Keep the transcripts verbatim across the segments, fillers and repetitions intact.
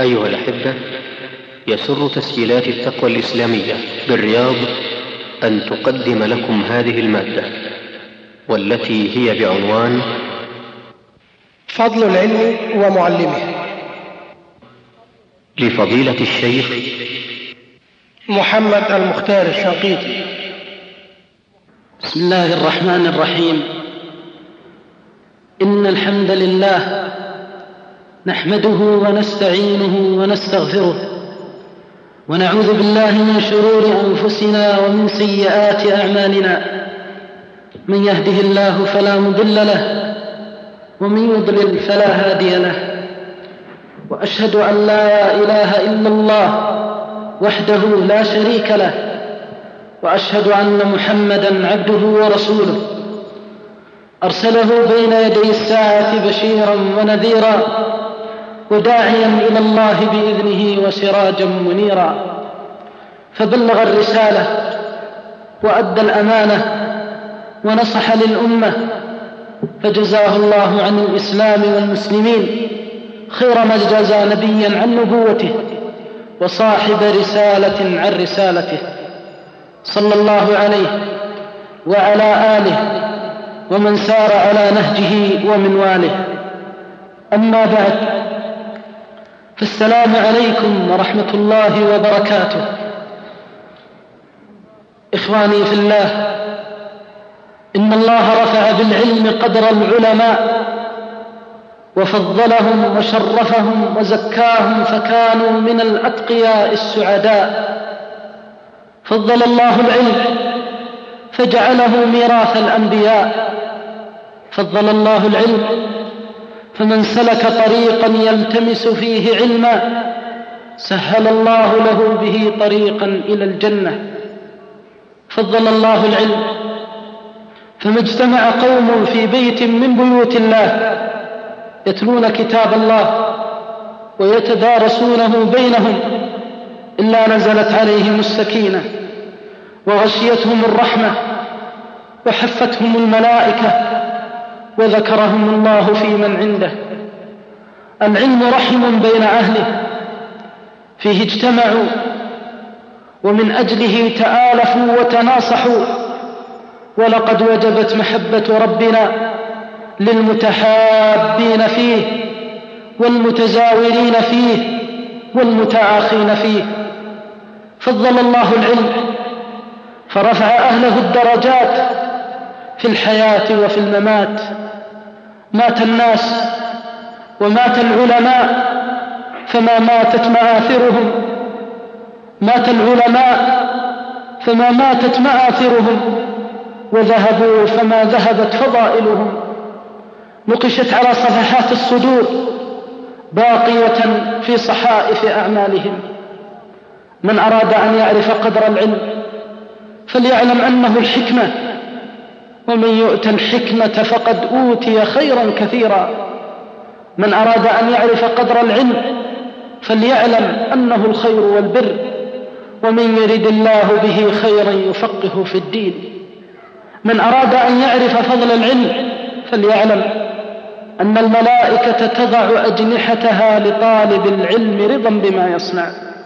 أيها الأحبة، يسر تسجيلات التقوى الإسلامية بالرياض أن تقدم لكم هذه المادة، والتي هي بعنوان فضل العلم ومعلمه، لفضيلة الشيخ محمد المختار الشنقيطي. بسم الله الرحمن الرحيم. إن الحمد لله نحمده ونستعينه ونستغفره، ونعوذ بالله من شرور أنفسنا ومن سيئات أعمالنا. من يهده الله فلا مضل له، ومن يضلل فلا هادي له. وأشهد أن لا إله إلا الله وحده لا شريك له، وأشهد أن محمدًا عبده ورسوله، أرسله بين يدي الساعة بشيرا ونذيرا، وداعيا إلى الله بإذنه وسراجا منيرا. فبلغ الرسالة وأدى الأمانة ونصح للأمة، فجزاه الله عن الإسلام والمسلمين خير ما جزى نبيا عن نبوته وصاحب رسالة عن رسالته، صلى الله عليه وعلى آله ومن سار على نهجه ومنواله. أما بعد، فالسلام عليكم ورحمة الله وبركاته. إخواني في الله، إن الله رفع بالعلم قدر العلماء وفضلهم وشرفهم وزكاهم، فكانوا من الأتقياء السعداء. فضل الله العلم فجعله ميراث الأنبياء. فضل الله العلم فمن سلك طريقا يلتمس فيه علما سهل الله له به طريقا إلى الجنة. فضل الله العلم فما اجتمع قوم في بيت من بيوت الله يتلون كتاب الله ويتدارسونه بينهم إلا نزلت عليهم السكينة وغشيتهم الرحمة وحفتهم الملائكة وذكرهم الله في من عنده. العلم رحم بين أهله، فيه اجتمعوا ومن أجله تآلفوا وتناصحوا. ولقد وجبت محبة ربنا للمتحابين فيه والمتزاورين فيه والمتآخين فيه. فضل الله العلم فرفع أهله الدرجات في الحياة وفي الممات. مات الناس ومات العلماء فما ماتت مآثرهم، مات العلماء فما ماتت مآثرهم، وذهبوا فما ذهبت فضائلهم. نقشت على صفحات الصدور باقية في صحائف أعمالهم. من أراد أن يعرف قدر العلم فليعلم أنه الحكمة، ومن يؤت الحكمة فقد أوتي خيرا كثيرا. من أراد أن يعرف قدر العلم فليعلم أنه الخير والبر، ومن يرد الله به خيرا يفقه في الدين. من أراد أن يعرف فضل العلم فليعلم أن الملائكة تضع أجنحتها لطالب العلم رضا بما يصنع.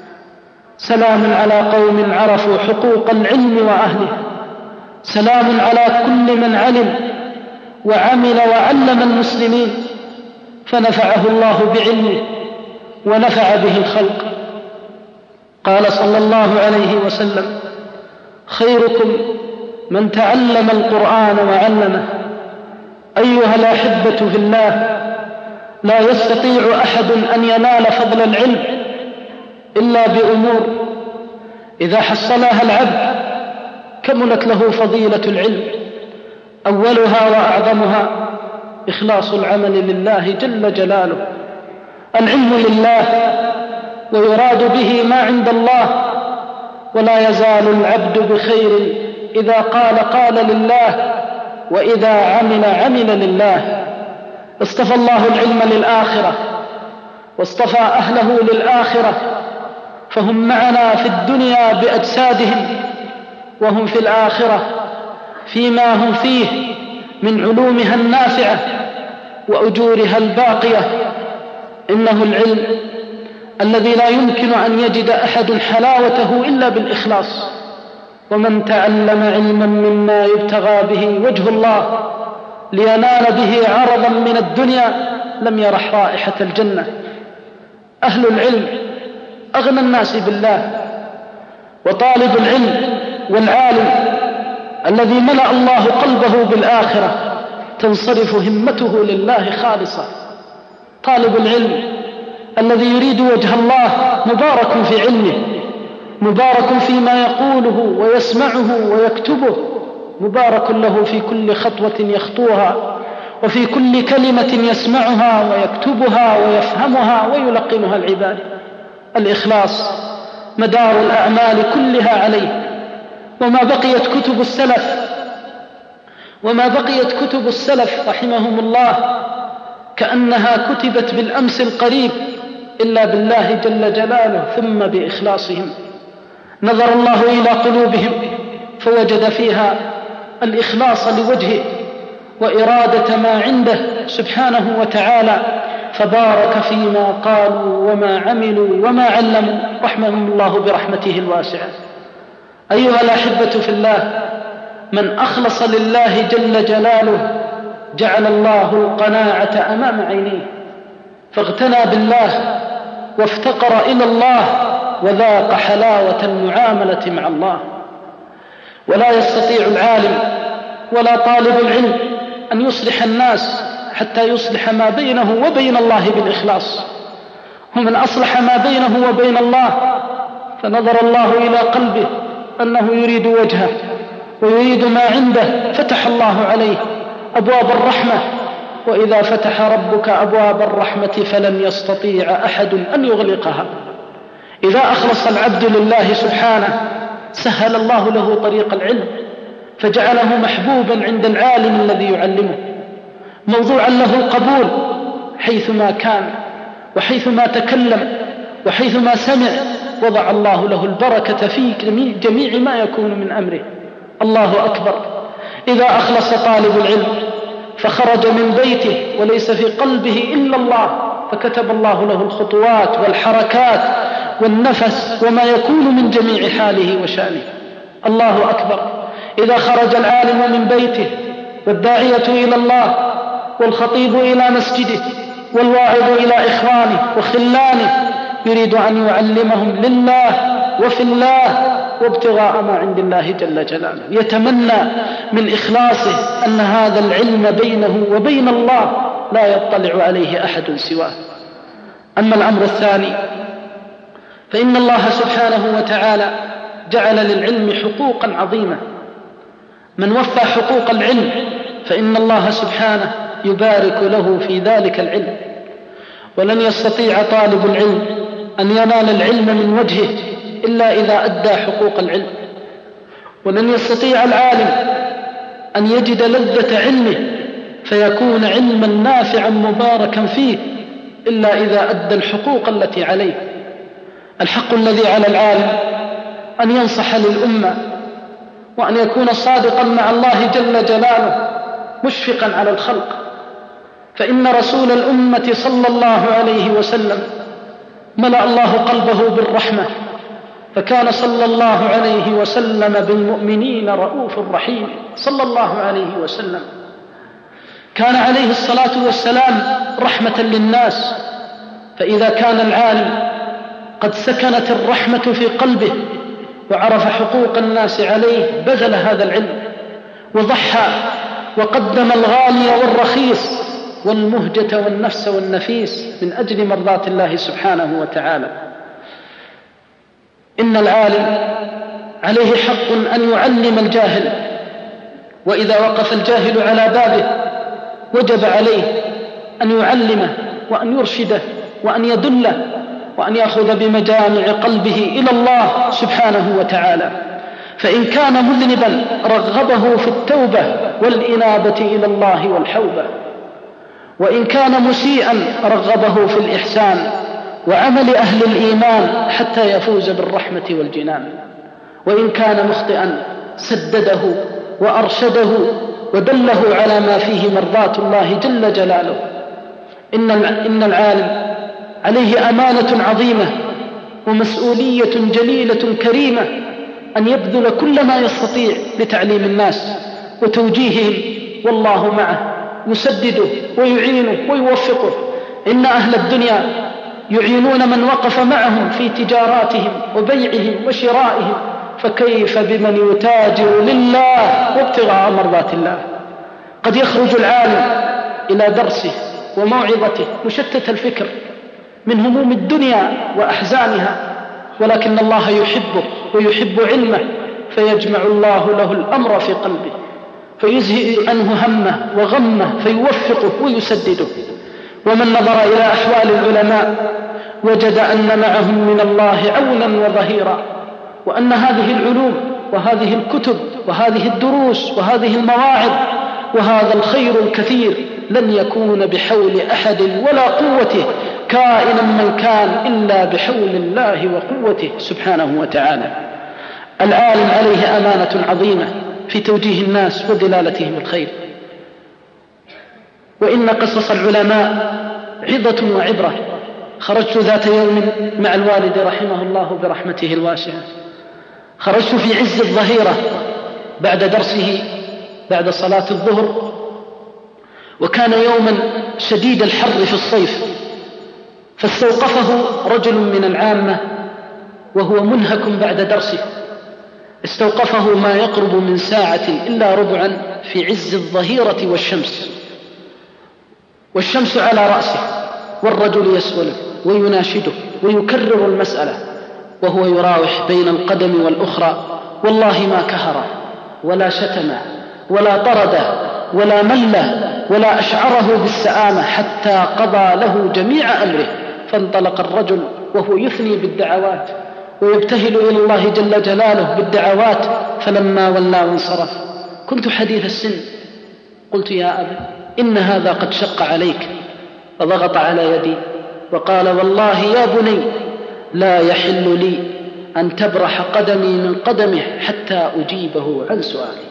سلام على قوم عرفوا حقوق العلم وأهله. سلام على كل من علم وعمل وعلم المسلمين فنفعه الله بعلمه ونفع به الخلق. قال صلى الله عليه وسلم: خيركم من تعلم القرآن وعلمه. أيها الأحبة في الله، لا يستطيع أحد أن ينال فضل العلم إلا بأمور إذا حصلها العبد كملت له فضيلة العلم. أولها وأعظمها إخلاص العمل لله جل جلاله. العلم لله ويراد به ما عند الله، ولا يزال العبد بخير إذا قال قال لله، وإذا عمل عمل لله. اصطفى الله العلم للآخرة واصطفى أهله للآخرة، فهم معنا في الدنيا بأجسادهم، وهم في الآخرة فيما هم فيه من علومها النافعة وأجورها الباقية. إنه العلم الذي لا يمكن أن يجد أحد حلاوته إلا بالإخلاص. ومن تعلم علما مما يبتغى به وجه الله لينال به عرضا من الدنيا لم يرح رائحة الجنة. أهل العلم أغنى الناس بالله، وطالب العلم والعالم الذي ملأ الله قلبه بالآخرة تنصرف همته لله خالصة. طالب العلم الذي يريد وجه الله مبارك في علمه، مبارك فيما يقوله ويسمعه ويكتبه، مبارك له في كل خطوة يخطوها وفي كل كلمة يسمعها ويكتبها ويفهمها ويلقنها العباد. الإخلاص مدار الأعمال كلها عليه. وما بقيت كتب السلف وما بقيت كتب السلف رحمهم الله كأنها كتبت بالأمس القريب إلا بالله جل جلاله ثم بإخلاصهم. نظر الله إلى قلوبهم فوجد فيها الإخلاص لوجهه وإرادة ما عنده سبحانه وتعالى، فبارك فيما قالوا وما عملوا وما علموا رحمهم الله برحمته الواسعة. أيها الأحبة في الله، من أخلص لله جل جلاله جعل الله القناعة أمام عينيه، فاغتنى بالله وافتقر إلى الله وذاق حلاوة المعاملة مع الله. ولا يستطيع العالم ولا طالب العلم أن يصلح الناس حتى يصلح ما بينه وبين الله بالإخلاص. ومن أصلح ما بينه وبين الله فنظر الله إلى قلبه أنه يريد وجهه ويريد ما عنده، فتح الله عليه أبواب الرحمة. وإذا فتح ربك أبواب الرحمة فلن يستطيع أحد أن يغلقها. إذا أخلص العبد لله سبحانه سهل الله له طريق العلم، فجعله محبوبا عند العالم الذي يعلمه، موضوعا له القبول حيثما كان وحيثما تكلم وحيثما سمع، وضع الله له البركة في جميع ما يكون من أمره. الله أكبر. إذا أخلص طالب العلم فخرج من بيته وليس في قلبه إلا الله، فكتب الله له الخطوات والحركات والنفس وما يكون من جميع حاله وشأنه. الله أكبر. إذا خرج العالم من بيته والداعية إلى الله والخطيب إلى مسجده والواعظ إلى إخوانه وخلانه يريد أن يعلمهم لله وفي الله وابتغاء ما عند الله جل جلاله، يتمنى من إخلاصه أن هذا العلم بينه وبين الله لا يطلع عليه أحد سواه. أما الأمر الثاني فإن الله سبحانه وتعالى جعل للعلم حقوقا عظيمة. من وفى حقوق العلم فإن الله سبحانه يبارك له في ذلك العلم. ولن يستطيع طالب العلم أن ينال العلم من وجهه إلا إذا أدى حقوق العلم. ولن يستطيع العالم أن يجد لذة علمه فيكون علما نافعا مباركا فيه إلا إذا أدى الحقوق التي عليه. الحق الذي على العالم أن ينصح للأمة وأن يكون صادقا مع الله جل جلاله مشفقا على الخلق، فإن رسول الأمة صلى الله عليه وسلم ملأ الله قلبه بالرحمة، فكان صلى الله عليه وسلم بالمؤمنين رؤوف رحيم صلى الله عليه وسلم. كان عليه الصلاة والسلام رحمة للناس، فإذا كان العالم قد سكنت الرحمة في قلبه وعرف حقوق الناس عليه بذل هذا العلم وضحى وقدم الغالي والرخيص والمهجة والنفس والنفيس من أجل مرضاة الله سبحانه وتعالى. إن العالم عليه حق أن يعلم الجاهل، وإذا وقف الجاهل على بابه وجب عليه أن يعلمه وأن يرشده وأن يدله وأن يأخذ بمجامع قلبه إلى الله سبحانه وتعالى. فإن كان مذنبا رغبه في التوبة والإنابة إلى الله والحوبة، وإن كان مسيئا رغبه في الإحسان وعمل أهل الإيمان حتى يفوز بالرحمة والجنان، وإن كان مخطئا سدده وأرشده ودله على ما فيه مرضاة الله جل جلاله. إن إن العالم عليه أمانة عظيمة ومسؤولية جليلة كريمة أن يبذل كل ما يستطيع لتعليم الناس وتوجيههم، والله معه يسدده ويعينه ويوفقه. إن أهل الدنيا يعينون من وقف معهم في تجاراتهم وبيعهم وشرائهم، فكيف بمن يتاجر لله وابتغاء مرضات الله؟ قد يخرج العالم إلى درسه وموعظته مشتت الفكر من هموم الدنيا وأحزانها، ولكن الله يحبه ويحب علمه، فيجمع الله له الأمر في قلبه فيزهئ عنه همه وغمه فيوفقه ويسدده. ومن نظر إلى أحوال العلماء وجد أن معهم من الله عونا وظهيرا، وأن هذه العلوم وهذه الكتب وهذه الدروس وهذه المواعظ وهذا الخير الكثير لن يكون بحول أحد ولا قوته كائنا من كان إلا بحول الله وقوته سبحانه وتعالى. العالم عليه أمانة عظيمة في توجيه الناس ودلالتهم الخير. وإن قصص العلماء عظة وعبرة. خرجت ذات يوم مع الوالد رحمه الله برحمته الواسعة، خرجت في عز الظهيرة بعد درسه بعد صلاة الظهر، وكان يوما شديد الحر في الصيف، فاستوقفه رجل من العامة وهو منهك بعد درسه، استوقفه ما يقرب من ساعة إلا ربعا في عز الظهيرة والشمس والشمس على رأسه، والرجل يسأله ويناشده ويكرر المسألة وهو يراوح بين القدم والأخرى، والله ما كهره ولا شتمه ولا طرده ولا مله ولا أشعره بالسآمة حتى قضى له جميع أمره. فانطلق الرجل وهو يثني بالدعوات ويبتهل إلى الله جل جلاله بالدعوات، فلما ولى وانصرف كنت حديث السن قلت يا أبي إن هذا قد شق عليك، فضغط على يدي وقال والله يا بني لا يحل لي أن تبرح قدمي من قدمه حتى أجيبه عن سؤالي.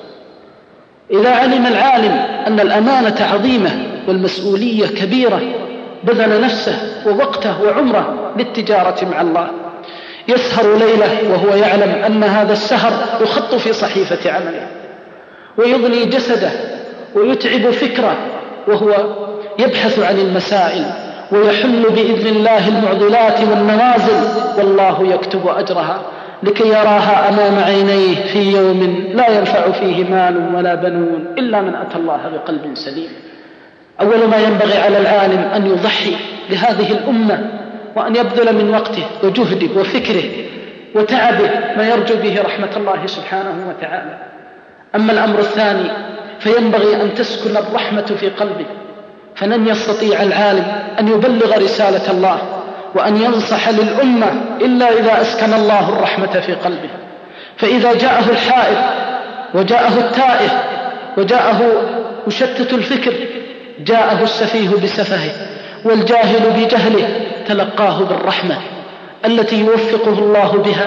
إذا علم العالم أن الأمانة عظيمة والمسؤولية كبيرة بذل نفسه ووقته وعمره للتجارة مع الله، يسهر ليلة وهو يعلم أن هذا السهر يخط في صحيفة عمله، ويضني جسده ويتعب فكره وهو يبحث عن المسائل ويحل بإذن الله المعضلات والنوازل، والله يكتب أجرها لكي يراها أمام عينيه في يوم لا ينفع فيه مال ولا بنون إلا من أتى الله بقلب سليم. أول ما ينبغي على العالم أن يضحي لهذه الأمة وأن يبذل من وقته وجهده وفكره وتعبه ما يرجو به رحمة الله سبحانه وتعالى. أما الأمر الثاني فينبغي أن تسكن الرحمة في قلبه، فلن يستطيع العالم أن يبلغ رسالة الله وأن ينصح للأمة إلا إذا أسكن الله الرحمة في قلبه. فإذا جاءه الحائر وجاءه التائه وجاءه مشتت الفكر، جاءه السفيه بسفهه والجاهل بجهله، تلقاه بالرحمة التي يوفقه الله بها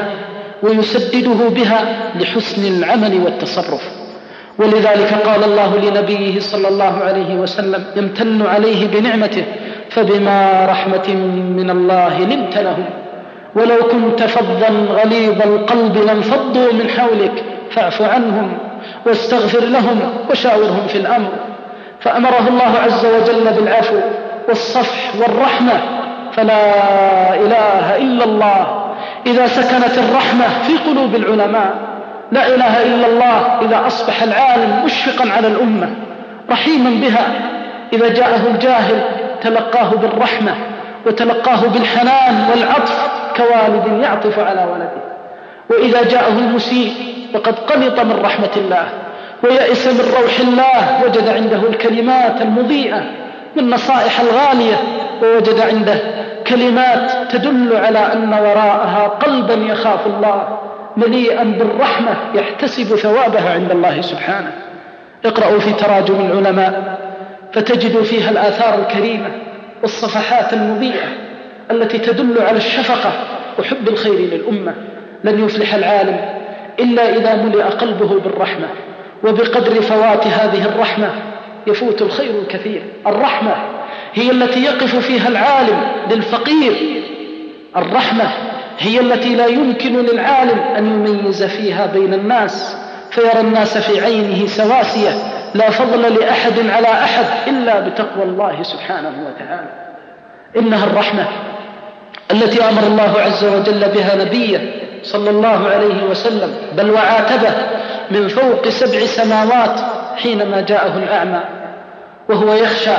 ويسدده بها لحسن العمل والتصرف. ولذلك قال الله لنبيه صلى الله عليه وسلم يمتن عليه بنعمته فبما رحمة من الله لنت لهم ولو كنت فظا غليظ القلب لانفضوا من حولك فاعف عنهم واستغفر لهم وشاورهم في الأمر. فأمره الله عز وجل بالعفو والصفح والرحمة، فلا إله إلا الله إذا سكنت الرحمة في قلوب العلماء، لا إله إلا الله إذا أصبح العالم مشفقا على الأمة رحيما بها، إذا جاءه الجاهل تلقاه بالرحمة وتلقاه بالحنان والعطف كوالد يعطف على ولده، وإذا جاءه المسيء فقد قنط من رحمة الله ويأس من روح الله وجد عنده الكلمات المضيئة من نصائح الغالية، ووجد عنده كلمات تدل على أن وراءها قلبا يخاف الله مليئا بالرحمة يحتسب ثوابها عند الله سبحانه. اقرأوا في تراجم العلماء فتجدوا فيها الآثار الكريمة والصفحات المضيئة التي تدل على الشفقة وحب الخير للأمة. لن يفلح العالم إلا إذا ملئ قلبه بالرحمة، وبقدر فوات هذه الرحمة يفوت الخير الكثير. الرحمة هي التي يقف فيها العالم للفقير. الرحمة هي التي لا يمكن للعالم أن يميز فيها بين الناس فيرى الناس في عينه سواسية، لا فضل لأحد على أحد إلا بتقوى الله سبحانه وتعالى. إنها الرحمة التي أمر الله عز وجل بها نبيه صلى الله عليه وسلم، بل وعاتبه من فوق سبع سماوات حينما جاءه الأعمى وهو يخشى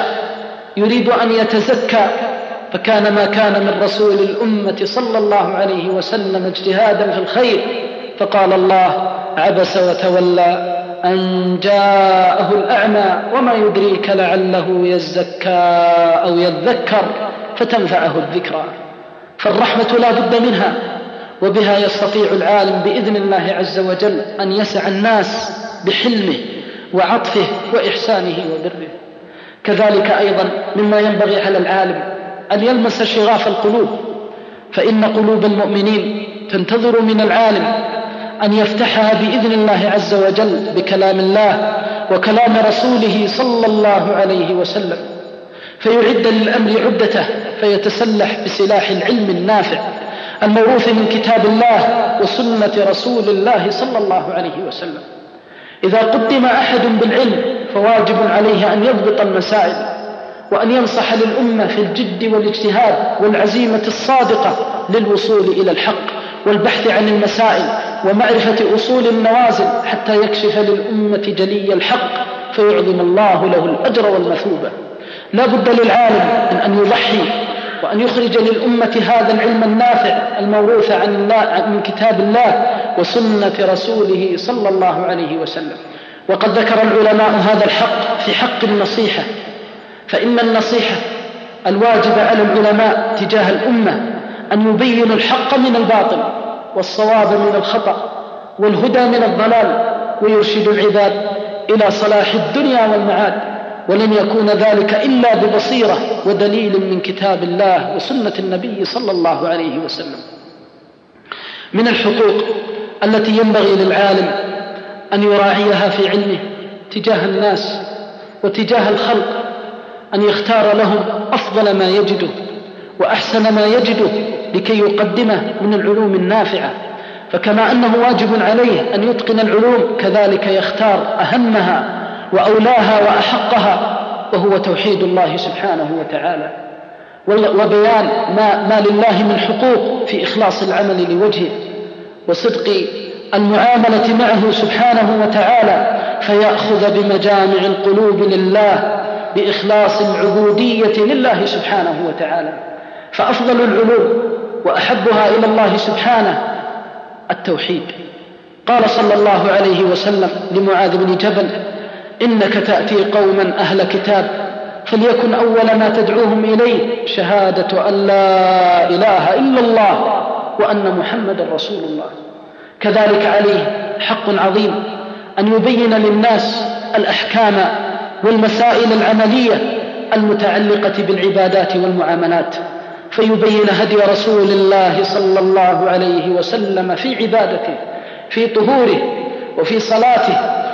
يريد أن يتزكى، فكان ما كان من رسول الأمة صلى الله عليه وسلم اجتهادا في الخير، فقال الله: عبس وتولى أن جاءه الأعمى وما يدريك لعله يزكى أو يذكر فتنفعه الذكرى. فالرحمة لا بد منها، وبها يستطيع العالم بإذن الله عز وجل أن يسع الناس بحلمه وعطفه وإحسانه وبره. كذلك أيضا مما ينبغي على العالم أن يلمس شغاف القلوب، فإن قلوب المؤمنين تنتظر من العالم أن يفتحها بإذن الله عز وجل بكلام الله وكلام رسوله صلى الله عليه وسلم، فيعد للأمر عدته، فيتسلح بسلاح العلم النافع الموروث من كتاب الله وسنة رسول الله صلى الله عليه وسلم. إذا قدم أحد بالعلم فواجب عليه أن يضبط المسائل وأن ينصح للأمة في الجد والاجتهاد والعزيمة الصادقة للوصول إلى الحق والبحث عن المسائل ومعرفة أصول النوازل حتى يكشف للأمة جلي الحق فيعظم الله له الأجر والمثوبة. لا بد للعالم من أن يضحي وأن يخرج للأمة هذا العلم النافع الموروث عن الله من كتاب الله وسنة رسوله صلى الله عليه وسلم. وقد ذكر العلماء هذا الحق في حق النصيحة، فإن النصيحة الواجب على العلماء تجاه الأمة أن يبينوا الحق من الباطل والصواب من الخطأ والهدى من الضلال، ويرشد العباد إلى صلاح الدنيا والمعاد، ولن يكون ذلك إلا ببصيرة ودليل من كتاب الله وسنة النبي صلى الله عليه وسلم. من الحقوق التي ينبغي للعالم أن يراعيها في علمه تجاه الناس وتجاه الخلق أن يختار لهم أفضل ما يجده وأحسن ما يجده لكي يقدمه من العلوم النافعة، فكما أنه واجب عليه أن يتقن العلوم كذلك يختار أهمها وأولاها وأحقها، وهو توحيد الله سبحانه وتعالى وبيان ما, ما لله من حقوق في إخلاص العمل لوجهه وصدق المعاملة معه سبحانه وتعالى، فيأخذ بمجامع القلوب لله بإخلاص العبودية لله سبحانه وتعالى. فأفضل العلوم وأحبها إلى الله سبحانه التوحيد. قال صلى الله عليه وسلم لمعاذ بن جبل: إنك تأتي قوما أهل كتاب فليكن أول ما تدعوهم إليه شهادة أن لا إله إلا الله وأن محمد رسول الله. كذلك عليه حق عظيم أن يبين للناس الأحكام والمسائل العملية المتعلقة بالعبادات والمعاملات، فيبين هدي رسول الله صلى الله عليه وسلم في عبادته، في طهوره وفي صلاته،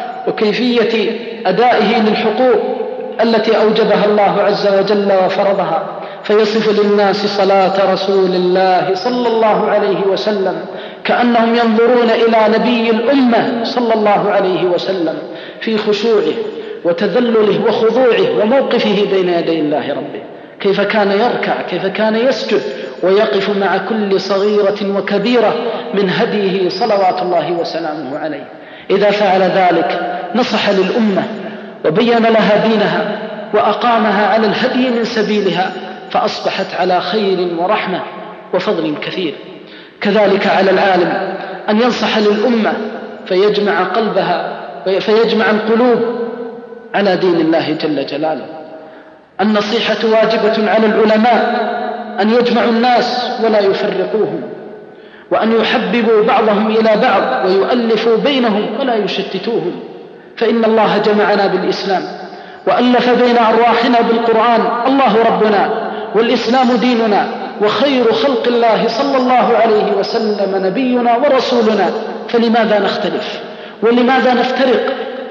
وكيفية أدائه للحقوق التي أوجبها الله عز وجل وفرضها، فيصف للناس صلاة رسول الله صلى الله عليه وسلم كأنهم ينظرون إلى نبي الأمة صلى الله عليه وسلم في خشوعه وتذلله وخضوعه وموقفه بين يدي الله ربه، كيف كان يركع، كيف كان يسجد ويقف مع كل صغيرة وكبيرة من هديه صلوات الله وسلامه عليه. إذا فعل ذلك نصح للأمة وبين لها دينها وأقامها على الهدي من سبيلها، فأصبحت على خير ورحمة وفضل كثير. كذلك على العالم أن ينصح للأمة فيجمع قلبها فيجمع القلوب على دين الله جل جلاله. النصيحة واجبة على العلماء أن يجمعوا الناس ولا يفرقوهم، وأن يحببوا بعضهم إلى بعض ويؤلفوا بينهم ولا يشتتوهم، فإن الله جمعنا بالإسلام وألف بين أرواحنا بالقرآن. الله ربنا والإسلام ديننا، وخير خلق الله صلى الله عليه وسلم نبينا ورسولنا، فلماذا نختلف ولماذا نفترق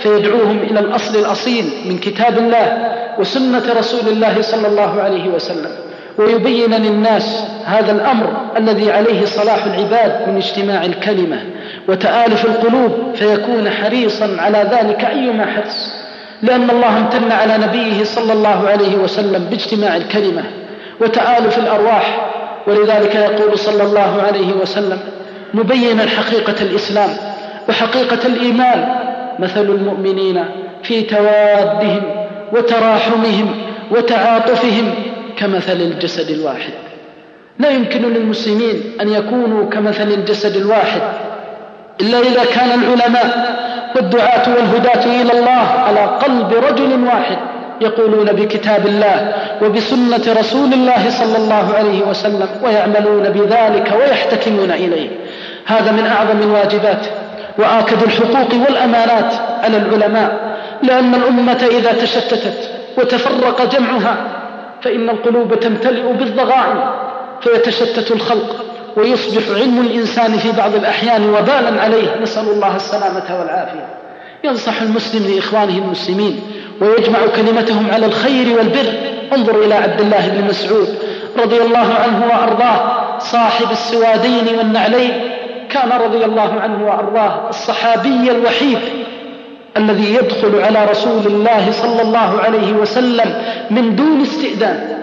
فيدعوهم إلى الأصل الأصيل من كتاب الله وسنة رسول الله صلى الله عليه وسلم، ويبين للناس هذا الأمر الذي عليه صلاح العباد من اجتماع الكلمة وتآلف القلوب، فيكون حريصا على ذلك أيما حرص، لأن الله امتن على نبيه صلى الله عليه وسلم باجتماع الكلمة وتآلف الأرواح. ولذلك يقول صلى الله عليه وسلم مبينا حقيقة الإسلام وحقيقة الإيمان: مثل المؤمنين في توادهم وتراحمهم وتعاطفهم كمثل الجسد الواحد. لا يمكن للمسلمين أن يكونوا كمثل الجسد الواحد إلا إذا كان العلماء والدعاة والهداة إلى الله على قلب رجل واحد يقولون بكتاب الله وبسنة رسول الله صلى الله عليه وسلم ويعملون بذلك ويحتكمون إليه. هذا من أعظم الواجبات وآكد الحقوق والأمانات على العلماء، لأن الأمة إذا تشتتت وتفرق جمعها فإن القلوب تمتلئ بالضغائن فيتشتت الخلق ويصبح علم الإنسان في بعض الأحيان وبالا عليه، نسأل الله السلامة والعافية. ينصح المسلم لإخوانه المسلمين ويجمع كلمتهم على الخير والبر. انظر إلى عبد الله بن مسعود رضي الله عنه وأرضاه صاحب السوادين والنعلين، كان رضي الله عنه وأرضاه الصحابي الوحيد الذي يدخل على رسول الله صلى الله عليه وسلم من دون استئذان،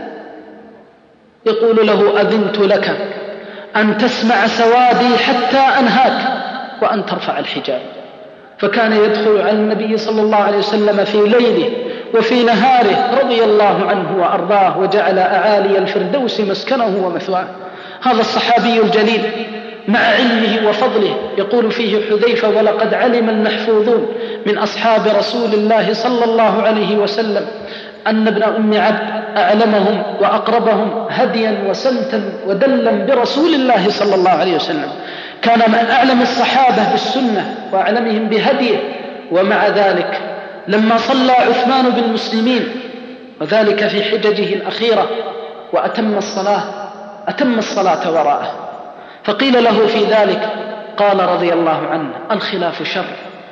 يقول له: أذنت لك أن تسمع سوادي حتى أنهاك وأن ترفع الحجاب. فكان يدخل على النبي صلى الله عليه وسلم في ليله وفي نهاره رضي الله عنه وأرضاه، وجعل أعالي الفردوس مسكنه ومثواه. هذا الصحابي الجليل مع علمه وفضله يقول فيه حذيفة: ولقد علم المحفوظون من أصحاب رسول الله صلى الله عليه وسلم أن ابن أم عبد أعلمهم وأقربهم هديا وسمتا ودلا برسول الله صلى الله عليه وسلم، كان من أعلم الصحابة بالسنة وأعلمهم بهديه. ومع ذلك لما صلى عثمان بالمسلمين وذلك في حججه الأخيرة وأتم الصلاة أتم الصلاة وراءه، فقيل له في ذلك قال رضي الله عنه: الخلاف شر.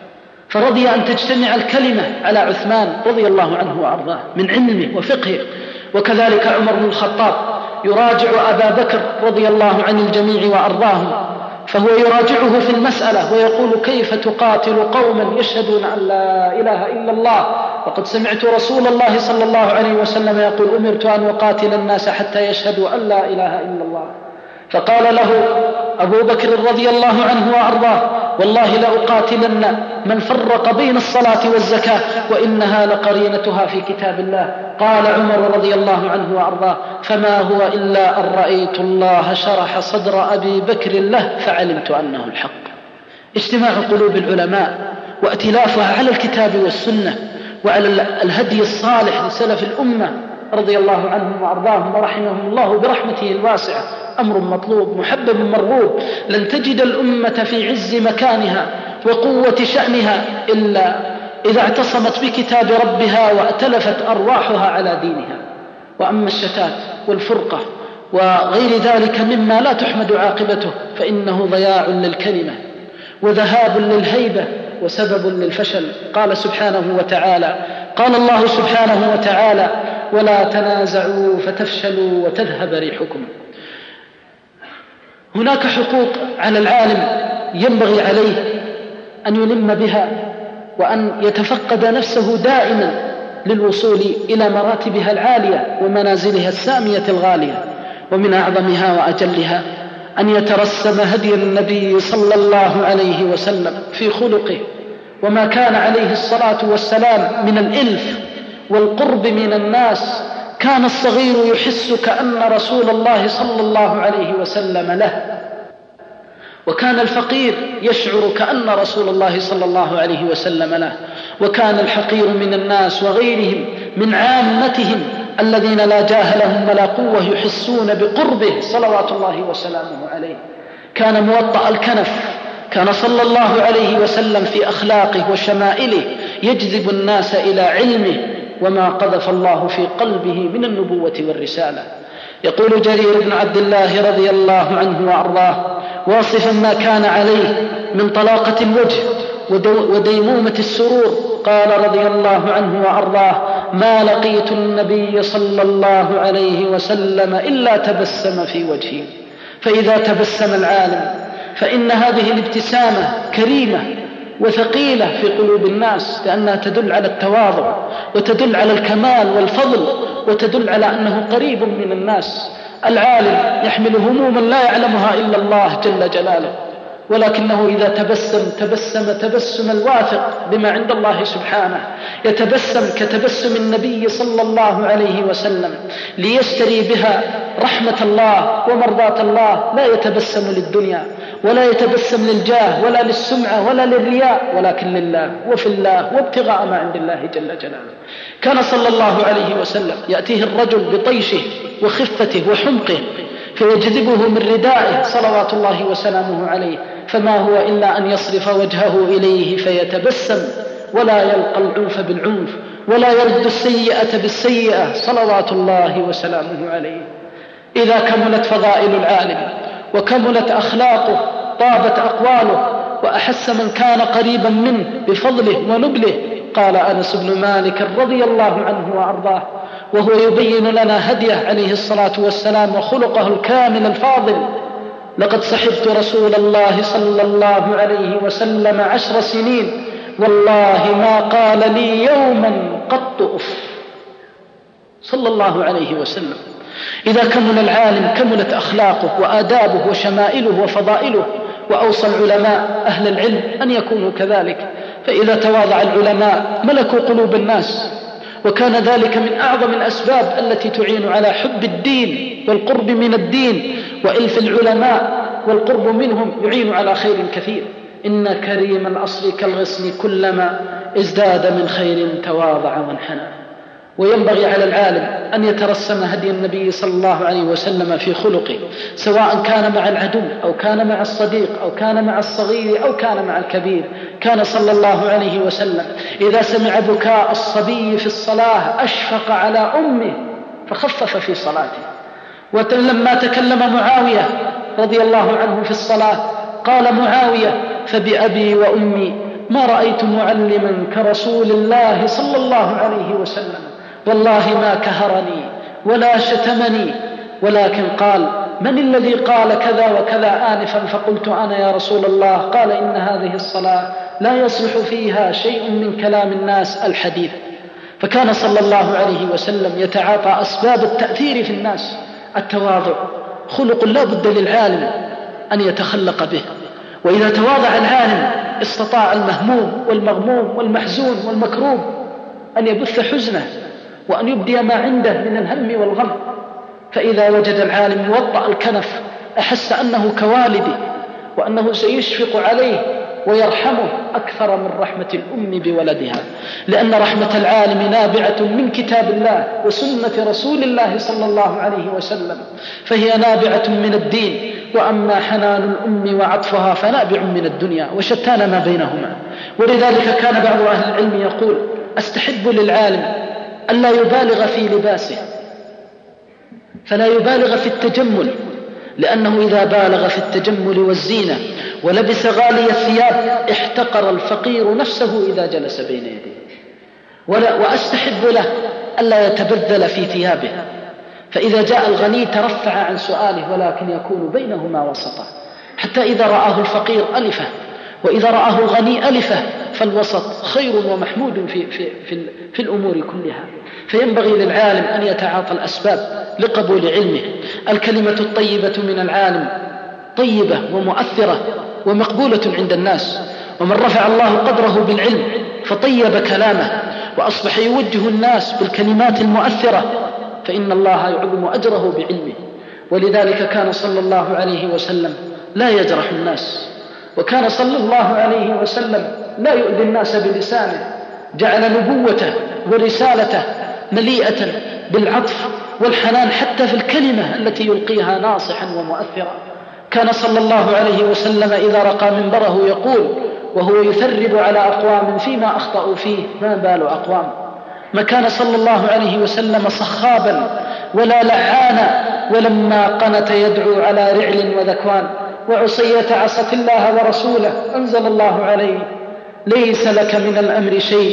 فرضي أن تجتمع الكلمة على عثمان رضي الله عنه وأرضاه من علمه وفقهه. وكذلك عمر بن الخطاب يراجع أبا بكر رضي الله عن الجميع وأرضاهم، فهو يراجعه في المسألة ويقول: كيف تقاتل قوما يشهدون أن لا إله إلا الله وقد سمعت رسول الله صلى الله عليه وسلم يقول: أمرت أن أقاتل الناس حتى يشهدوا أن لا إله إلا الله. فقال له أبو بكر رضي الله عنه وأرضاه: والله لأقاتلن من فرق بين الصلاة والزكاة وإنها لقرينتها في كتاب الله. قال عمر رضي الله عنه وأرضاه: فما هو إلا أن رأيت الله شرح صدر أبي بكر له فعلمت أنه الحق. اجتماع قلوب العلماء وائتلافها على الكتاب والسنة وعلى الهدي الصالح لسلف الأمة رضي الله عنهم وأرضاهم ورحمهم الله برحمته الواسعة أمر مطلوب محبب مرغوب. لن تجد الأمة في عز مكانها وقوة شأنها إلا إذا اعتصمت بكتاب ربها وأتلفت أرواحها على دينها. وأما الشتات والفرقة وغير ذلك مما لا تحمد عاقبته فإنه ضياع للكلمة وذهاب للهيبة وسبب للفشل. قال سبحانه وتعالى قال الله سبحانه وتعالى: ولا تنازعوا فتفشلوا وتذهب ريحكم. هناك حقوق على العالم ينبغي عليه أن يلم بها وأن يتفقد نفسه دائما للوصول إلى مراتبها العالية ومنازلها السامية الغالية. ومن أعظمها وأجلها أن يترسم هدي النبي صلى الله عليه وسلم في خلقه وما كان عليه الصلاة والسلام من الإلف والقرب من الناس. كان الصغير يحس كأن رسول الله صلى الله عليه وسلم له، وكان الفقير يشعر كأن رسول الله صلى الله عليه وسلم له، وكان الحقير من الناس وغيرهم من عامتهم الذين لا جاه لهم ولا قوة يحسون بقربه صلوات الله وسلامه عليه. كان موطأ الكنف، كان صلى الله عليه وسلم في أخلاقه وشمائله يجذب الناس إلى علمه وما قذف الله في قلبه من النبوة والرسالة. يقول جرير بن عبد الله رضي الله عنه وأرضاه واصفا ما كان عليه من طلاقة الوجه وديمومة السرور: قال رضي الله عنه وأرضاه: ما لقيت النبي صلى الله عليه وسلم إلا تبسم في وجهي. فإذا تبسم العالم فإن هذه الابتسامة كريمة وثقيلة في قلوب الناس، لأنها تدل على التواضع وتدل على الكمال والفضل وتدل على أنه قريب من الناس. العالم يحمل هموما لا يعلمها إلا الله جل جلاله، ولكنه إذا تبسم تبسم تبسم الواثق بما عند الله سبحانه، يتبسم كتبسم النبي صلى الله عليه وسلم ليشتري بها رحمة الله ومرضاة الله. لا يتبسم للدنيا ولا يتبسم للجاه ولا للسمعة ولا للرياء، ولكن لله وفي الله وابتغاء ما عند الله جل جلاله. كان صلى الله عليه وسلم يأتيه الرجل بطيشه وخفته وحمقه فيجذبه من ردائه صلوات الله وسلامه عليه، فما هو إلا أن يصرف وجهه إليه فيتبسم ولا يلقى العنف بالعنف ولا يرد السيئة بالسيئة صلوات الله وسلامه عليه. إذا كملت فضائل العالم وكملت أخلاقه طابت أقواله وأحس من كان قريبا منه بفضله ونبله. قال أنس بن مالك رضي الله عنه وأرضاه وهو يبين لنا هديه عليه الصلاة والسلام وخلقه الكامل الفاضل: لقد صحبت رسول الله صلى الله عليه وسلم عشر سنين والله ما قال لي يوما قط أف، صلى الله عليه وسلم. إذا كمل العالم كملت أخلاقه وآدابه وشمائله وفضائله، وأوصى العلماء أهل العلم أن يكونوا كذلك. فإذا تواضع العلماء ملكوا قلوب الناس، وكان ذلك من أعظم الأسباب التي تعين على حب الدين والقرب من الدين، وإلف العلماء والقرب منهم يعين على خير كثير. إن كريم الأصل كالغصن كلما ازداد من خير تواضع وانحنى. وينبغي على العالم أن يترسم هدي النبي صلى الله عليه وسلم في خلقه، سواء كان مع العدو أو كان مع الصديق أو كان مع الصغير أو كان مع الكبير. كان صلى الله عليه وسلم إذا سمع بكاء الصبي في الصلاة أشفق على أمه فخفف في صلاته. ولما تكلم معاوية رضي الله عنه في الصلاة قال معاوية: فبأبي وأمي ما رأيت معلما كرسول الله صلى الله عليه وسلم، والله ما كهرني ولا شتمني، ولكن قال: من الذي قال كذا وكذا آنفا؟ فقلت: أنا يا رسول الله. قال: إن هذه الصلاة لا يصلح فيها شيء من كلام الناس الحديث. فكان صلى الله عليه وسلم يتعاطى أسباب التأثير في الناس. التواضع خلق لا بد للعالم أن يتخلق به، وإذا تواضع العالم استطاع المهموم والمغموم والمحزون والمكروب أن يبث حزنه وأن يبدي ما عنده من الهم والغم. فإذا وجد العالم موطأ الكنف أحس أنه كوالده وأنه سيشفق عليه ويرحمه أكثر من رحمة الأم بولدها، لأن رحمة العالم نابعة من كتاب الله وسنة رسول الله صلى الله عليه وسلم، فهي نابعة من الدين. وأما حنان الأم وعطفها فنابع من الدنيا، وشتان ما بينهما. ولذلك كان بعض أهل العلم يقول: أستحب للعالم ألا يبالغ في لباسه، فلا يبالغ في التجمل، لأنه إذا بالغ في التجمل والزينة ولبس غالي الثياب احتقر الفقير نفسه إذا جلس بين يديه. وأستحب له ألا يتبذل في ثيابه، فإذا جاء الغني ترفع عن سؤاله، ولكن يكون بينهما وسطا، حتى إذا رآه الفقير ألفه وإذا رآه الغني ألفه، فالوسط خير ومحمود في, في, في, في الأمور كلها. فينبغي للعالم أن يتعاطى الأسباب لقبول علمه. الكلمة الطيبة من العالم طيبة ومؤثرة ومقبولة عند الناس، ومن رفع الله قدره بالعلم فطيب كلامه وأصبح يوجه الناس بالكلمات المؤثرة، فإن الله يعظم أجره بعلمه. ولذلك كان صلى الله عليه وسلم لا يجرح الناس، وكان صلى الله عليه وسلم لا يؤذي الناس بلسانه. جعل نبوته ورسالته مليئة بالعطف والحنان حتى في الكلمة التي يلقيها ناصحا ومؤثرا. كان صلى الله عليه وسلم إذا رقى منبره يقول وهو يثرب على أقوام فيما أخطأوا فيه: ما بال أقوام. ما كان صلى الله عليه وسلم صخابا ولا لعانا، ولما قنت يدعو على رعل وذكوان. وعصية عصت الله ورسوله أنزل الله عليه: ليس لك من الأمر شيء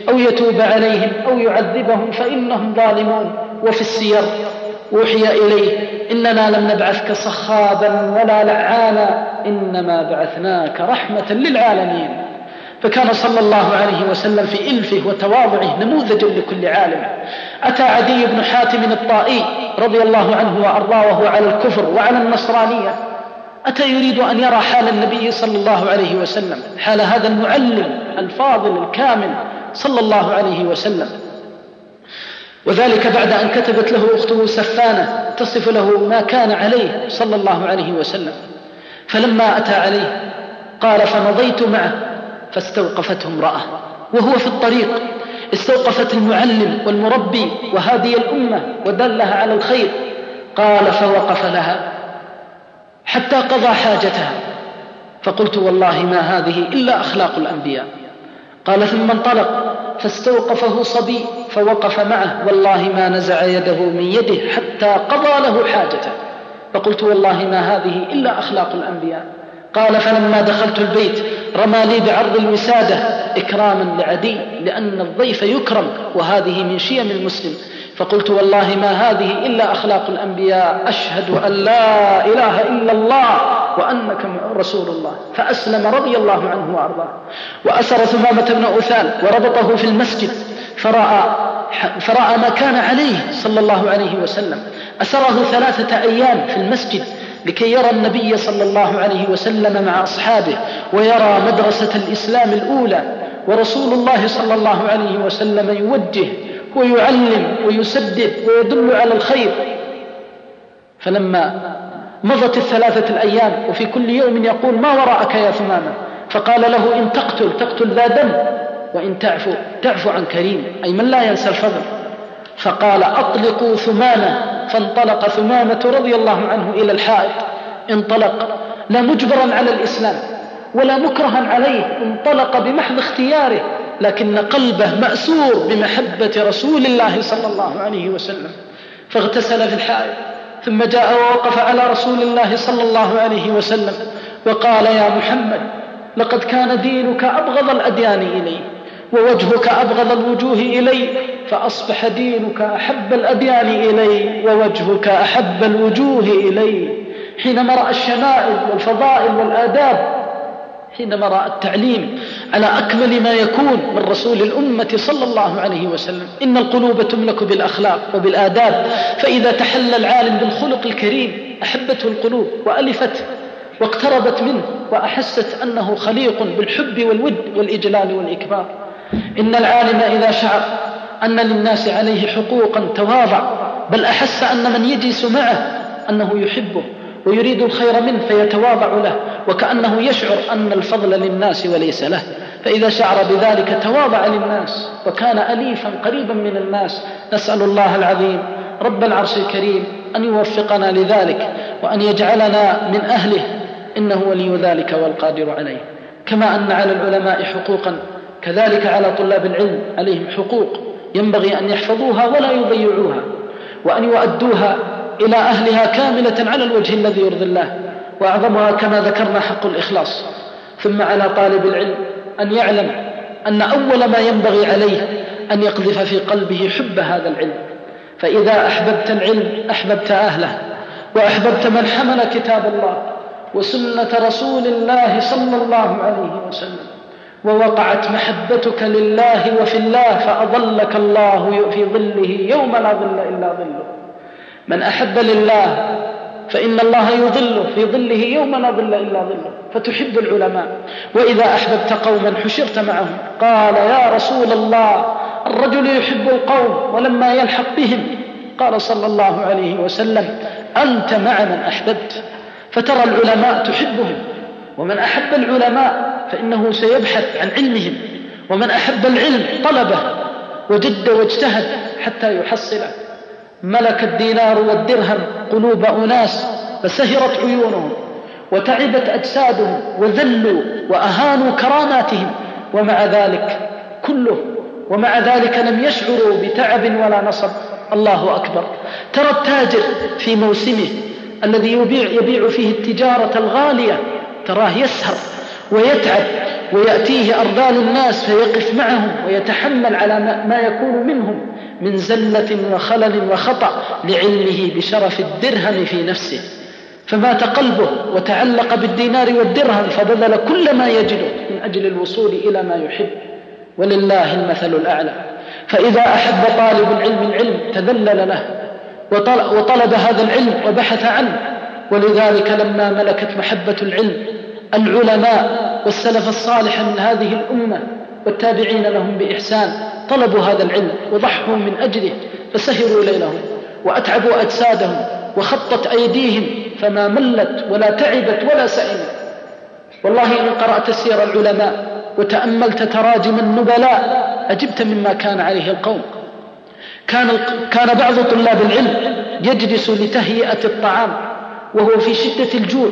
أو يتوب عليهم أو يعذبهم فإنهم ظالمون. وفي السير أوحي إليه إننا لم نبعثك صخابا ولا لعانا إنما بعثناك رحمة للعالمين. فكان صلى الله عليه وسلم في إلفه وتواضعه نموذجا لكل عالم. أتى عدي بن حاتم الطائي رضي الله عنه وأرضاه وهو على الكفر وعلى النصرانية، أتى يريد أن يرى حال النبي صلى الله عليه وسلم، حال هذا المعلم الفاضل الكامل صلى الله عليه وسلم، وذلك بعد أن كتبت له أخته سفانة تصف له ما كان عليه صلى الله عليه وسلم. فلما أتى عليه قال فمضيت معه فاستوقفته امرأة وهو في الطريق، استوقفت المعلم والمربي وهادي الأمة ودلها على الخير. قال فوقف لها حتى قضى حاجتها، فقلت والله ما هذه إلا أخلاق الأنبياء. قال ثم انطلق فاستوقفه صبي فوقف معه، والله ما نزع يده من يده حتى قضى له حاجته، فقلت والله ما هذه إلا أخلاق الأنبياء. قال فلما دخلت البيت رمى لي بعرض الوسادة إكراما لعدي، لأن الضيف يكرم وهذه من شيم المسلم، فقلت والله ما هذه إلا أخلاق الأنبياء، أشهد أن لا إله إلا الله وأنك رسول الله. فأسلم رضي الله عنه وأرضاه. وأسر ثمامة بن أثال وربطه في المسجد فرأى, فرأى ما كان عليه صلى الله عليه وسلم. أسره ثلاثة أيام في المسجد لكي يرى النبي صلى الله عليه وسلم مع أصحابه ويرى مدرسة الإسلام الأولى، ورسول الله صلى الله عليه وسلم يوجه ويعلم ويسدد ويدل على الخير. فلما مضت الثلاثة الأيام وفي كل يوم يقول ما وراءك يا ثمامة، فقال له إن تقتل تقتل ذا دم وإن تعفو تعفو عن كريم، أي من لا ينسى الفضل. فقال أطلقوا ثمامة، فانطلق ثمامة رضي الله عنه إلى الحائط. انطلق لا مجبرا على الإسلام ولا مكرها عليه، انطلق بمحض اختياره، لكن قلبه مأسور بمحبة رسول الله صلى الله عليه وسلم. فاغتسل في الحائط ثم جاء ووقف على رسول الله صلى الله عليه وسلم وقال يا محمد لقد كان دينك أبغض الأديان إلي ووجهك أبغض الوجوه إلي، فأصبح دينك أحب الأديان إلي ووجهك أحب الوجوه إلي. حينما رأى الشمائل والفضائل والآداب، حينما رأى التعليم على أكمل ما يكون من رسول الأمة صلى الله عليه وسلم. إن القلوب تملك بالأخلاق وبالآداب، فإذا تحلى العالم بالخلق الكريم أحبته القلوب وألفته واقتربت منه وأحست أنه خليق بالحب والود والإجلال والإكبار. إن العالم إذا شعر أن للناس عليه حقوقا تواضع، بل أحس أن من يجلس معه أنه يحبه ويريد الخير منه فيتواضع له، وكأنه يشعر أن الفضل للناس وليس له. فإذا شعر بذلك تواضع للناس وكان أليفا قريبا من الناس. نسأل الله العظيم رب العرش الكريم أن يوفقنا لذلك وأن يجعلنا من أهله، إنه ولي ذلك والقادر عليه. كما أن على العلماء حقوقا، كذلك على طلاب العلم عليهم حقوق ينبغي أن يحفظوها ولا يضيعوها، وأن يؤدوها إلى أهلها كاملة على الوجه الذي يرضي الله، وأعظمها كما ذكرنا حق الإخلاص. ثم على طالب العلم أن يعلم أن أول ما ينبغي عليه أن يقذف في قلبه حب هذا العلم، فإذا أحببت العلم أحببت أهله، وأحببت من حمل كتاب الله وسنة رسول الله صلى الله عليه وسلم، ووقعت محبتك لله وفي الله فأظلك الله في ظله يوم لا ظل إلا ظله. من أحب لله فإن الله يظله في ظله يوم لا ظل إلا ظله. فتحب العلماء، وإذا أحببت قوما حشرت معهم. قال يا رسول الله الرجل يحب القوم ولما يلحق بهم، قال صلى الله عليه وسلم أنت مع من أحببت. فترى العلماء تحبهم، ومن أحب العلماء فإنه سيبحث عن علمهم، ومن أحب العلم طلبه وجد واجتهد حتى يحصله. ملك الدينار والدرهم قلوب أناس فسهرت عيونهم وتعبت أجسادهم وذلوا وأهانوا كراماتهم، ومع ذلك كله ومع ذلك لم يشعروا بتعب ولا نصب. الله أكبر. ترى التاجر في موسمه الذي يبيع, يبيع فيه التجارة الغالية، تراه يسهر ويتعب ويأتيه أرذال الناس فيقف معهم ويتحمل على ما يكون منهم من زلة وخلل وخطأ لعلمه بشرف الدرهم في نفسه، فمات قلبه وتعلق بالدينار والدرهم فبذل كل ما يجده من أجل الوصول إلى ما يحب، ولله المثل الأعلى. فإذا أحب طالب العلم العلم تذلل له وطلب هذا العلم وبحث عنه. ولذلك لما ملكت محبة العلم العلماء والسلف الصالح من هذه الأمة والتابعين لهم بإحسان طلبوا هذا العلم وضحوا من أجله، فسهروا ليلهم وأتعبوا أجسادهم وخطت أيديهم فما ملت ولا تعبت ولا سئمت. والله إن قرأت سير العلماء وتأملت تراجم النبلاء أجبت مما كان عليه القوم. كان, كان بعض طلاب العلم يجلس لتهيئة الطعام وهو في شدة الجوع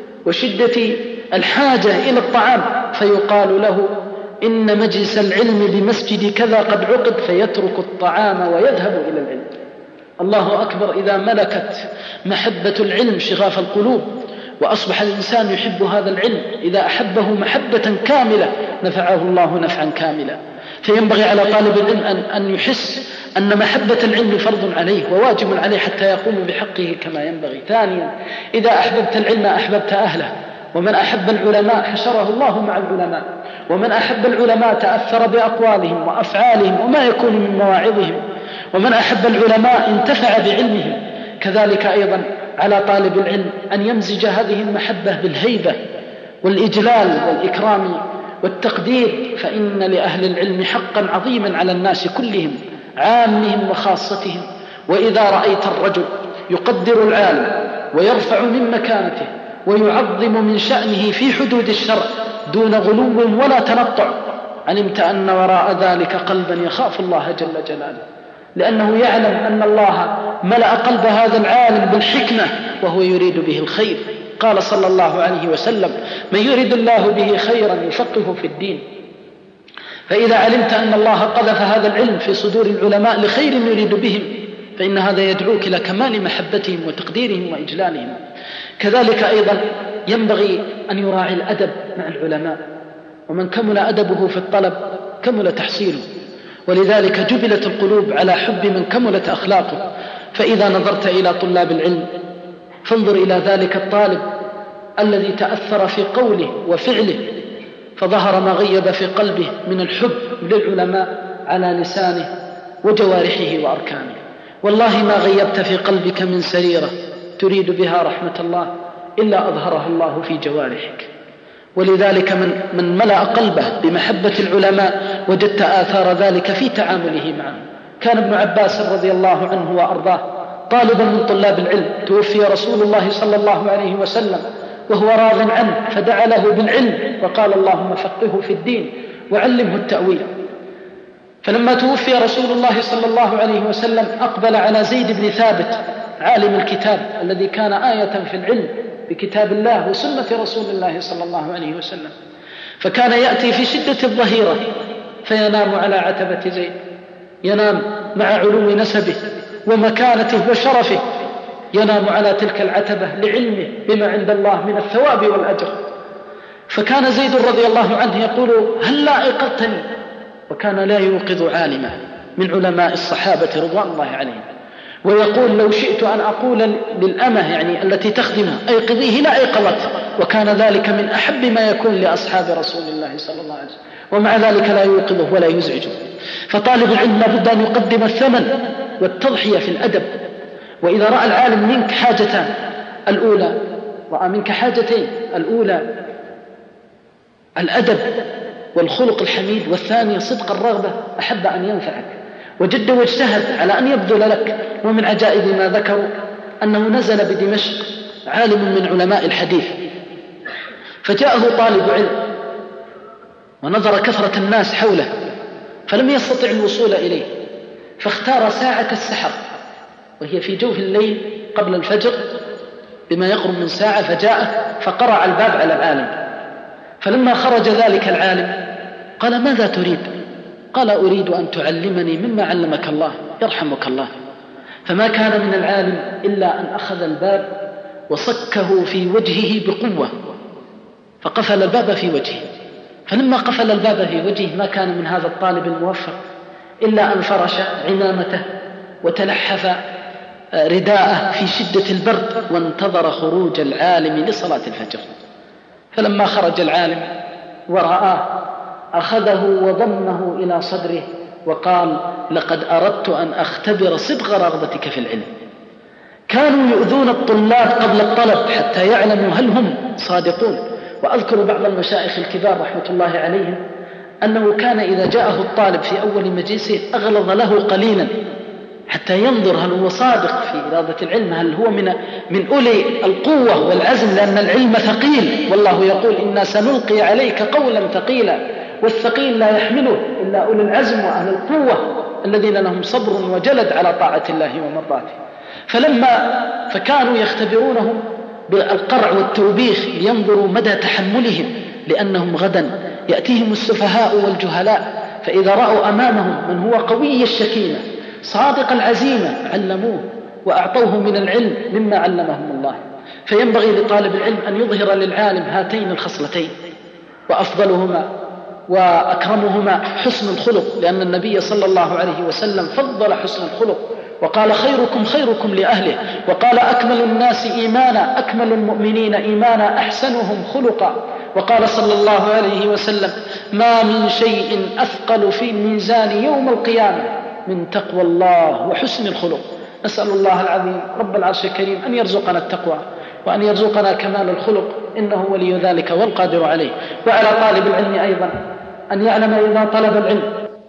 وشدة الحاجة إلى الطعام، فيقال له إن مجلس العلم بمسجد كذا قد عقد، فيترك الطعام ويذهب إلى العلم. الله أكبر إذا ملكت محبة العلم شغاف القلوب وأصبح الإنسان يحب هذا العلم، إذا أحبه محبة كاملة نفعه الله نفعا كاملا. فينبغي على طالب العلم أن, أن يحس أن محبة العلم فرض عليه وواجب عليه حتى يقوم بحقه كما ينبغي. ثانيا، إذا أحببت العلم أحببت أهله، ومن أحب العلماء حشره الله مع العلماء، ومن أحب العلماء تأثر بأقوالهم وأفعالهم وما يكون من مواعظهم، ومن أحب العلماء انتفع بعلمهم. كذلك أيضا على طالب العلم أن يمزج هذه المحبة بالهيبة والإجلال والإكرام والتقدير، فإن لأهل العلم حقا عظيما على الناس كلهم عامهم وخاصتهم. وإذا رأيت الرجل يقدر العالم ويرفع من مكانته ويعظم من شأنه في حدود الشرع دون غلو ولا تنطع، علمت أن وراء ذلك قلبا يخاف الله جل جلاله، لأنه يعلم أن الله ملأ قلب هذا العالم بالحكمة وهو يريد به الخير. قال صلى الله عليه وسلم: من يريد الله به خيرا يفقهه في الدين. فإذا علمت أن الله قذف هذا العلم في صدور العلماء لخير يريد بهم، فإن هذا يدعوك إلى كمال محبتهم وتقديرهم وإجلالهم. كذلك أيضا ينبغي أن يراعي الأدب مع العلماء، ومن كمل أدبه في الطلب كمل تحصيله، ولذلك جبلت القلوب على حب من كملت أخلاقه. فإذا نظرت إلى طلاب العلم فانظر إلى ذلك الطالب الذي تأثر في قوله وفعله فظهر ما غيب في قلبه من الحب للعلماء على لسانه وجوارحه وأركانه. والله ما غيبت في قلبك من سريرة تريد بها رحمة الله إلا أظهرها الله في جوارحك. ولذلك من, من ملأ قلبه بمحبة العلماء وجدت آثار ذلك في تعامله معهم. كان ابن عباس رضي الله عنه وأرضاه طالبا من طلاب العلم، توفي رسول الله صلى الله عليه وسلم وهو راض عنه، فدعا له بالعلم وقال: اللهم فقهه في الدين وعلمه التأويل. فلما توفي رسول الله صلى الله عليه وسلم أقبل على زيد بن ثابت عالم الكتاب الذي كان آية في العلم بكتاب الله وسنة رسول الله صلى الله عليه وسلم، فكان يأتي في شدة الظهيرة فينام على عتبة زيد، ينام مع علو نسبه ومكانته وشرفه، ينام على تلك العتبة لعلمه بما عند الله من الثواب والأجر. فكان زيد رضي الله عنه يقول: هل لا أيقظتني؟ وكان لا يوقظ عالما من علماء الصحابة رضوان الله عليهم، ويقول: لو شئت أن أقول للأمة يعني التي تخدمه أيقظيه لا أيقظت، وكان ذلك من أحب ما يكون لأصحاب رسول الله صلى الله عليه وسلم، ومع ذلك لا يوقظه ولا يزعجه. فطالب العلم لابد أن يقدم الثمن والتضحية في الأدب. وإذا رأى العالم منك حاجتان: الأولى رأى منك حاجتين، الأولى الأدب والخلق الحميد، والثانية صدق الرغبة، أحب أن ينفعك وجد واجتهد على أن يبذل لك. ومن عجائب ما ذكروا أنه نزل بدمشق عالم من علماء الحديث، فجاءه طالب علم ونظر كثرة الناس حوله فلم يستطع الوصول إليه، فاختار ساعة السحر وهي في جوف الليل قبل الفجر بما يقرب من ساعة، فجاء فقرع الباب على العالم. فلما خرج ذلك العالم قال: ماذا تريد؟ قال: أريد أن تعلمني مما علمك الله يرحمك الله. فما كان من العالم إلا أن أخذ الباب وصكه في وجهه بقوة، فقفل الباب في وجهه. فلما قفل الباب في وجهه ما كان من هذا الطالب الموفق إلا أن فرش عمامته وتلحف رداءه في شدة البرد وانتظر خروج العالم لصلاة الفجر. فلما خرج العالم ورآه أخذه وضمه إلى صدره وقال: لقد أردت أن أختبر صدق رغبتك في العلم. كانوا يؤذون الطلاب قبل الطلب حتى يعلموا هل هم صادقون. وأذكر بعض المشايخ الكبار رحمة الله عليهم أنه كان إذا جاءه الطالب في أول مجلسه أغلظ له قليلا حتى ينظر هل هو صادق في إرادة العلم، هل هو من من أولي القوة والعزم، لأن العلم ثقيل، والله يقول: إنا سنلقي عليك قولا ثقيلا، والثقيل لا يحمله إلا أولي العزم وأهل القوة الذين لهم صبر وجلد على طاعة الله ومرضاته. فلما فكانوا يختبرونهم بالقرع والتوبيخ لينظروا مدى تحملهم، لأنهم غدا يأتيهم السفهاء والجهلاء، فإذا رأوا أمامهم من هو قوي الشكيمة صادق العزيمة علموه وأعطوه من العلم مما علمهم الله. فينبغي لطالب العلم أن يظهر للعالم هاتين الخصلتين، وأفضلهما وأكرمهما حسن الخلق، لأن النبي صلى الله عليه وسلم فضل حسن الخلق وقال: خيركم خيركم لأهله، وقال: أكمل الناس إيمانا أكمل المؤمنين إيمانا أحسنهم خلقا، وقال صلى الله عليه وسلم: ما من شيء أثقل في الميزان يوم القيامة من تقوى الله وحسن الخلق. نسأل الله العظيم رب العرش الكريم أن يرزقنا التقوى وأن يرزقنا كمال الخلق، إنه ولي ذلك والقادر عليه. وعلى طالب العلم أيضا أن يعلم إذا طلب العلم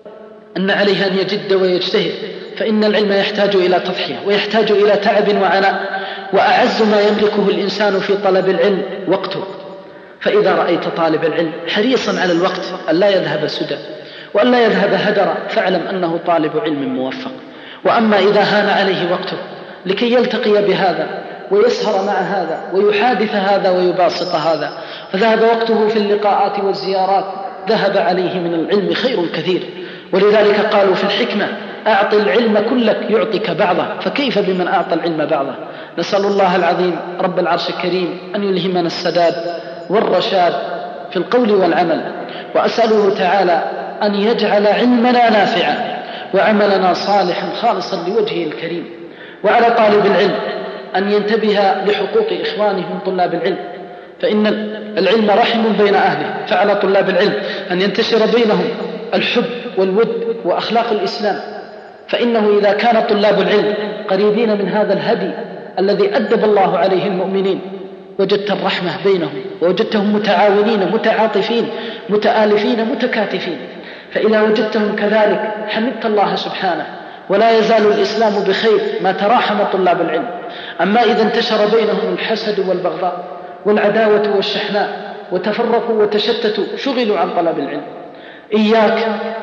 أن عليه أن يجد ويجتهد، فإن العلم يحتاج إلى تضحية ويحتاج إلى تعب وعناء، وأعز ما يملكه الإنسان في طلب العلم وقته. فإذا رأيت طالب العلم حريصا على الوقت أن لا يذهب سدى وأن لا يذهب هدرا، فاعلم أنه طالب علم موفق. وأما إذا هان عليه وقته لكي يلتقي بهذا ويسهر مع هذا ويحادث هذا ويباسط هذا، فذهب وقته في اللقاءات والزيارات، ذهب عليه من العلم خير كثير. ولذلك قالوا في الحكمة: أعط العلم كلك يعطيك بعضه، فكيف بمن أعطى العلم بعضه؟ نسأل الله العظيم رب العرش الكريم أن يلهمنا السداد والرشاد في القول والعمل، وأسأله تعالى أن يجعل علمنا نافعا وعملنا صالحا خالصا لوجهه الكريم. وعلى طالب العلم أن ينتبه لحقوق إخوانه من طلاب العلم، فإن العلم رحم بين أهله، فعلى طلاب العلم أن ينتشر بينهم الحب والود وأخلاق الإسلام، فإنه إذا كان طلاب العلم قريبين من هذا الهدي الذي أدب الله عليه المؤمنين وجدت الرحمة بينهم، ووجدتهم متعاونين متعاطفين متآلفين متكاتفين. فإذا وجدتهم كذلك حمدت الله سبحانه، ولا يزال الإسلام بخير ما تراحم طلاب العلم. أما إذا انتشر بينهم الحسد والبغضاء والعداوة والشحناء وتفرقوا وتشتتوا شغلوا عن طلب العلم. إياك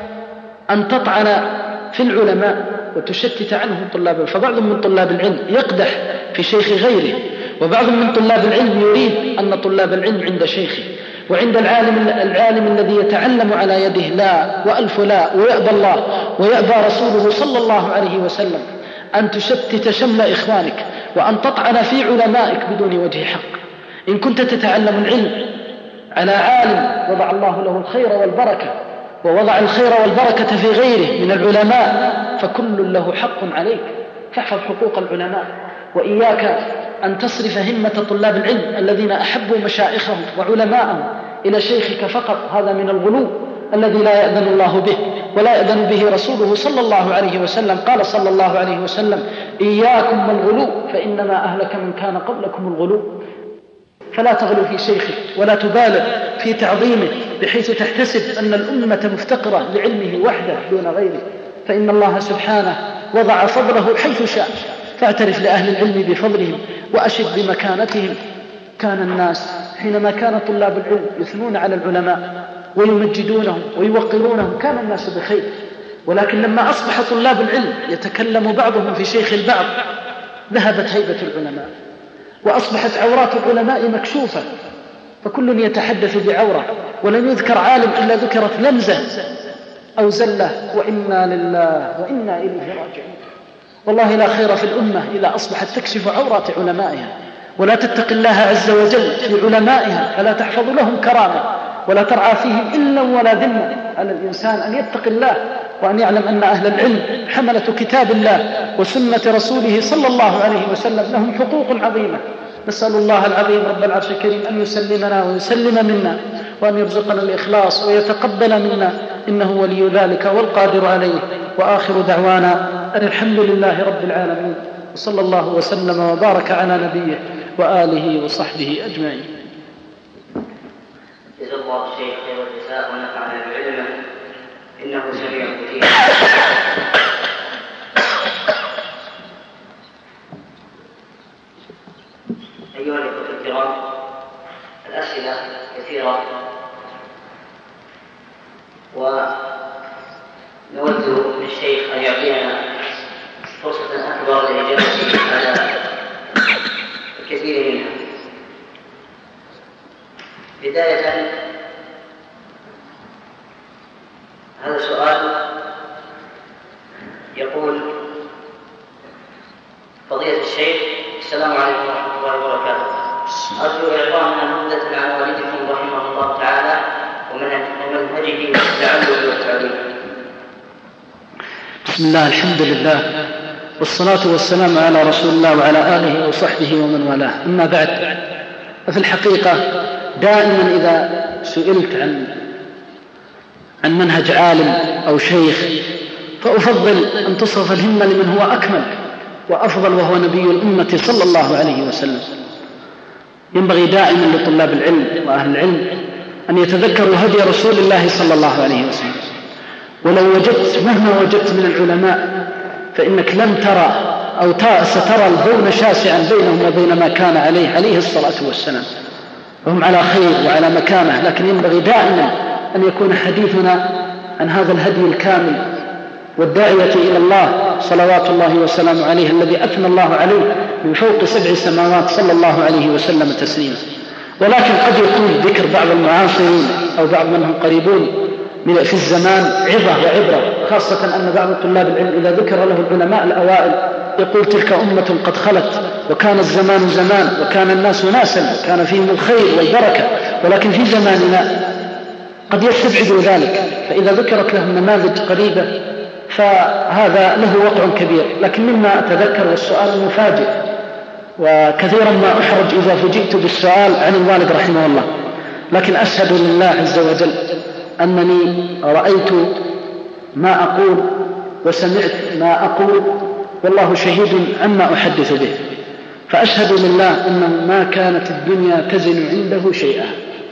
أن تطعن في العلماء وتشتت عنهم طلاب، فبعض من طلاب العلم يقدح في شيخ غيره، وبعض من طلاب العلم يريد أن طلاب العلم عند شيخه وعند العالم, العالم الذي يتعلم على يده لا وألف لا، ويأبى الله ويأبى رسوله صلى الله عليه وسلم أن تشتت شمل إخوانك وأن تطعن في علمائك بدون وجه حق. إن كنت تتعلم العلم على عالم وضع الله له الخير والبركة ووضع الخير والبركة في غيره من العلماء، فكل له حق عليك، فاحفظ حقوق العلماء. وإياك أن تصرف همة طلاب العلم الذين أحبوا مشايخهم وعلماءهم إلى شيخك فقط، هذا من الغلو الذي لا يأذن الله به ولا يأذن به رسوله صلى الله عليه وسلم. قال صلى الله عليه وسلم: إياكم والغلو فإنما أهلك من كان قبلكم الغلو. فلا تغلو في شيخك ولا تبالغ في تعظيمه بحيث تحتسب أن الأمة مفتقرة لعلمه وحده دون غيره، فإن الله سبحانه وضع فضله حيث شاء، فاعترف لأهل العلم بفضلهم وأشد بمكانتهم. كان الناس حينما كان طلاب العلم يثنون على العلماء ويمجدونهم ويوقرونهم كان الناس بخير، ولكن لما أصبح طلاب العلم يتكلم بعضهم في شيخ البعض ذهبت هيبة العلماء وأصبحت عورات العلماء مكشوفة، فكل يتحدث بعورة، ولن يذكر عالم إلا ذكرت لمزة أو زلة، وإنا لله وإنا إليه راجعون. والله لا خير في الأمة إذا أصبحت تكشف عورات علمائها ولا تتقي الله عز وجل في علمائها فلا تحفظ لهم كرامة ولا ترعى فيهم إلا ولا ذمة. على الإنسان أن يتقي الله وأن يعلم أن أهل العلم حملة كتاب الله وسنة رسوله صلى الله عليه وسلم لهم حقوق عظيمة. نسأل الله العظيم رب العرش الكريم أن يسلمنا ويسلم منا وأن يرزقنا الإخلاص ويتقبل منا، إنه ولي ذلك والقادر عليه. وآخر دعوانا أن الحمد لله رب العالمين، وصلى الله وسلم وبارك على نبيه وآله وصحبه أجمعين. جزا الله الشيخ خير الجزاء ونفعنا بعلمه إنه سميع مجيب. أيها الأخوة الكرام، الأسئلة كثيرة ونود للشيخ أن يعطينا فرصة أكبر لإجابة على الكثير منها. بداية هذا السؤال يقول: فضيلة الشيخ، السلام عليكم ورحمة الله وبركاته. أرجو إعطاءنا نبذة عن والدكم رحمه الله تعالى ومنهجه والتعلم والتعليم. بسم الله، الحمد لله، والصلاة والسلام على رسول الله وعلى آله وصحبه ومن والاه. أما بعد، ففي الحقيقة دائما إذا سئلت عن عن منهج عالم أو شيخ فأفضل أن تصرف الهمة لمن هو أكمل وأفضل، وهو نبي الأمة صلى الله عليه وسلم. ينبغي دائما لطلاب العلم وأهل العلم أن يتذكروا هدي رسول الله صلى الله عليه وسلم. ولو وجدت مهما وجدت من العلماء فإنك لم ترى أو سترى البون شاسعا بينهم وبين ما كان عليه عليه الصلاة والسلام، وهم على خير وعلى مكانه. لكن ينبغي دائما أن يكون حديثنا عن هذا الهدي الكامل والداعية إلى الله صلوات الله وسلامه عليه، الذي أثنى الله عليه من فوق سبع سماوات صلى الله عليه وسلم تسليما. ولكن قد يكون ذكر بعض المعاصرين أو بعض منهم قريبون في الزمان عظة وعبرة، خاصة أن بعض طلاب العلم إذا ذكر له العلماء الأوائل يقول: تلك أمة قد خلت وكان الزمان زمان وكان الناس ناسا وكان فيهم الخير والبركة، ولكن في زماننا قد يستبعد ذلك. فإذا ذكرت لهم نماذج قريبة فهذا له وقع كبير. لكن مما أتذكر، والسؤال مفاجئ، وكثيرا ما أحرج إذا فجئت بالسؤال عن الوالد رحمه الله، لكن أشهد لله عز وجل أنني رأيت ما أقول وسمعت ما أقول، والله شهيد عما أحدث به. فأشهد لله أنه ما كانت الدنيا تزن عنده شيئا.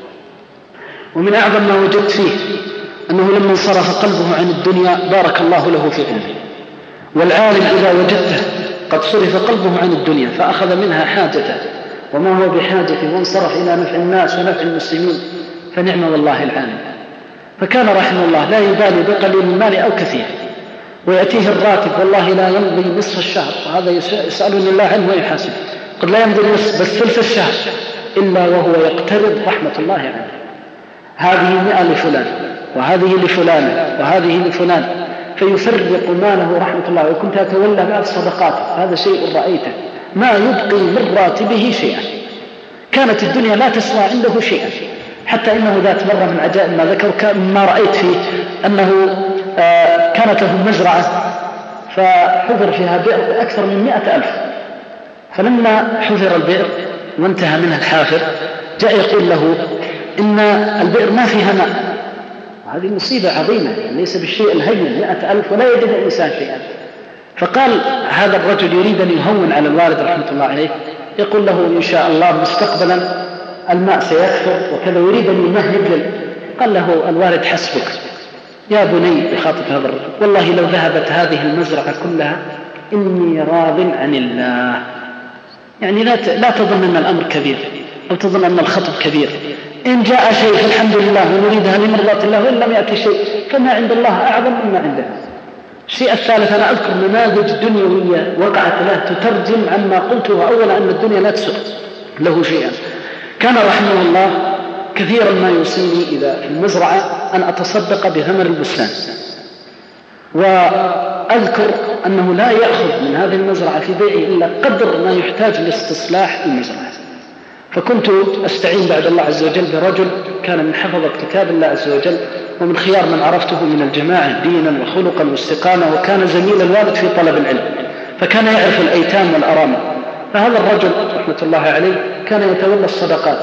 ومن أعظم ما وجدت فيه أنه لما انصرف قلبه عن الدنيا بارك الله له في علمه. والعالم إذا وجدته قد صرف قلبه عن الدنيا فأخذ منها حاجته وما هو بحاجته وانصرف إلى نفع الناس ونفع المسلمين فنعم والله العالم. فكان رحمه الله لا يبالي بقليل المال أو كثير، ويأتيه الراتب والله لا يمضي نصف الشهر، وهذا يسألني الله عنه ويحاسب، قد لا يمضي نصف بس ثلث الشهر إلا وهو يقترض رحمة الله عنه. هذه مئة لفلان وهذه لفلان وهذه لفلان، فيفرق ماله رحمة الله. وكنت أتولى بعض صدقاته، هذا شيء رأيته، ما يبقي من راتبه شيئا. كانت الدنيا لا تسوى عنده شيئا، حتى إنه ذات مرة من عجائب ما ذكر ما رأيت فيه أنه آه كانت له مزرعة فحفر فيها بئر بأكثر من مئة ألف، فلما حفر البئر وانتهى منها الحافر جاء يقول له إن البئر ما فيها ماء. وهذه مصيبة عظيمة، ليس بالشيء الهين، مئة ألف ولا يجد الإنسان شيئا. فقال هذا الرجل يريد أن يهون على الوالد رحمة الله عليه، يقول له إن شاء الله مستقبلا الماء سيكثر وكذا، يريد أن يمهد له. قال له الوالد حسبك يا بني، يخاطب هذا الرجل، والله لو ذهبت هذه المزرعة كلها إني راض عن الله. يعني لا لا تظن أن الأمر كبير أو تظن أن الخطب كبير. إن جاء شيء فالحمد لله ونريدها لمرضاة الله، وإن لم يأتي شيء فما عند الله أعظم مما عندنا. الشيء الثالث، أنا أذكر نماذج دنيوية وقعت له تترجم عما قلته أولا، أن الدنيا لا تسوء له شيئا. كان رحمه الله كثيرا ما يوصيني إذا في المزرعة أن أتصدق بثمر البستان، وأذكر أنه لا يأخذ من هذه المزرعة في بيعه إلا قدر ما يحتاج لاستصلاح المزرعة. فكنت أستعين بعد الله عز وجل برجل كان من حفظة كتاب الله عز وجل ومن خيار من عرفته من الجماعة دينا وخلقا واستقامة، وكان زميل الوالد في طلب العلم، فكان يعرف الأيتام والأرامل. فهذا الرجل رحمة الله عليه كان يتولى الصدقات،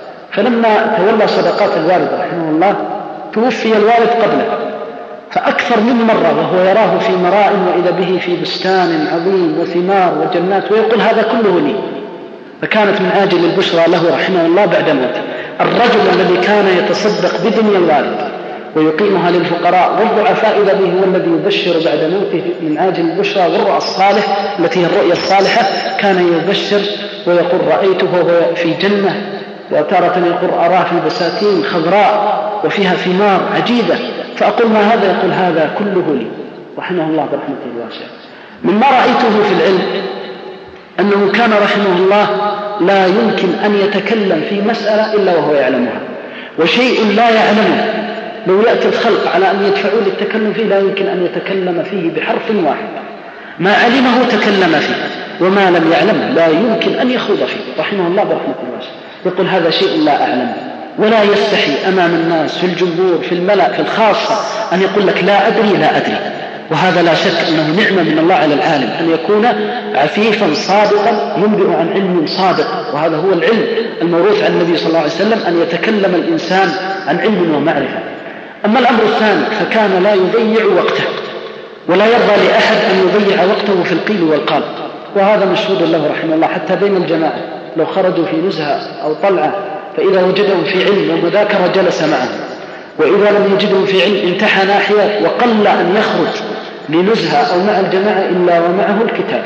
فلما تولى صدقات الوالد رحمه الله توفي الوالد قبله، فأكثر من مرة وهو يراه في مراء وإذا به في بستان عظيم وثمار وجنات ويقول هذا كله لي. فكانت من آجل البشرى له رحمه الله بعد موته. الرجل الذي كان يتصدق بدنيا الوالد ويقيمها للفقراء والضعفاء إذا به هو الذي يبشر بعد موته من آجل البشرى والرؤى الصالح التي هي الرؤيا الصالحة، كان يبشر ويقول رأيته وهو في جنة، وتارة يقول أراه في بساتين خضراء وفيها ثمار عجيبة، فأقول ما هذا؟ يقول هذا كله لي رحمه الله برحمته الواسعة. مما رأيته في العلم أنه كان رحمه الله لا يمكن أن يتكلم في مسألة إلا وهو يعلمها، وشيء لا يعلمه لو يأتي الخلق على أن يدفعوا للتكلم فيه لا يمكن أن يتكلم فيه بحرف واحد. ما علمه تكلم فيه، وما لم يعلمه لا يمكن أن يخوض فيه رحمه الله برحمته الواسعة. يقول هذا شيء لا أعلمه، ولا يستحي أمام الناس في الجمهور في الملأ في الخاصة أن يقول لك لا أدري لا أدري. وهذا لا شك أنه نعمة من الله على العالم أن يكون عفيفا صادقا ينبئ عن علم صادق، وهذا هو العلم الموروث عن النبي صلى الله عليه وسلم، أن يتكلم الإنسان عن علم ومعرفة. أما الأمر الثاني فكان لا يضيع وقته، ولا يرضى لأحد أن يضيع وقته في القيل والقال، وهذا مشهود له رحمه الله حتى بين الجماعة لو خرجوا في نزهة أو طلعة فإذا وجدهم في علم ومذاكرة جلس معهم، وإذا لم يجدهم في علم انتحى ناحية، وقل أن يخرج لنزهة أو مع الجماعة إلا ومعه الكتاب،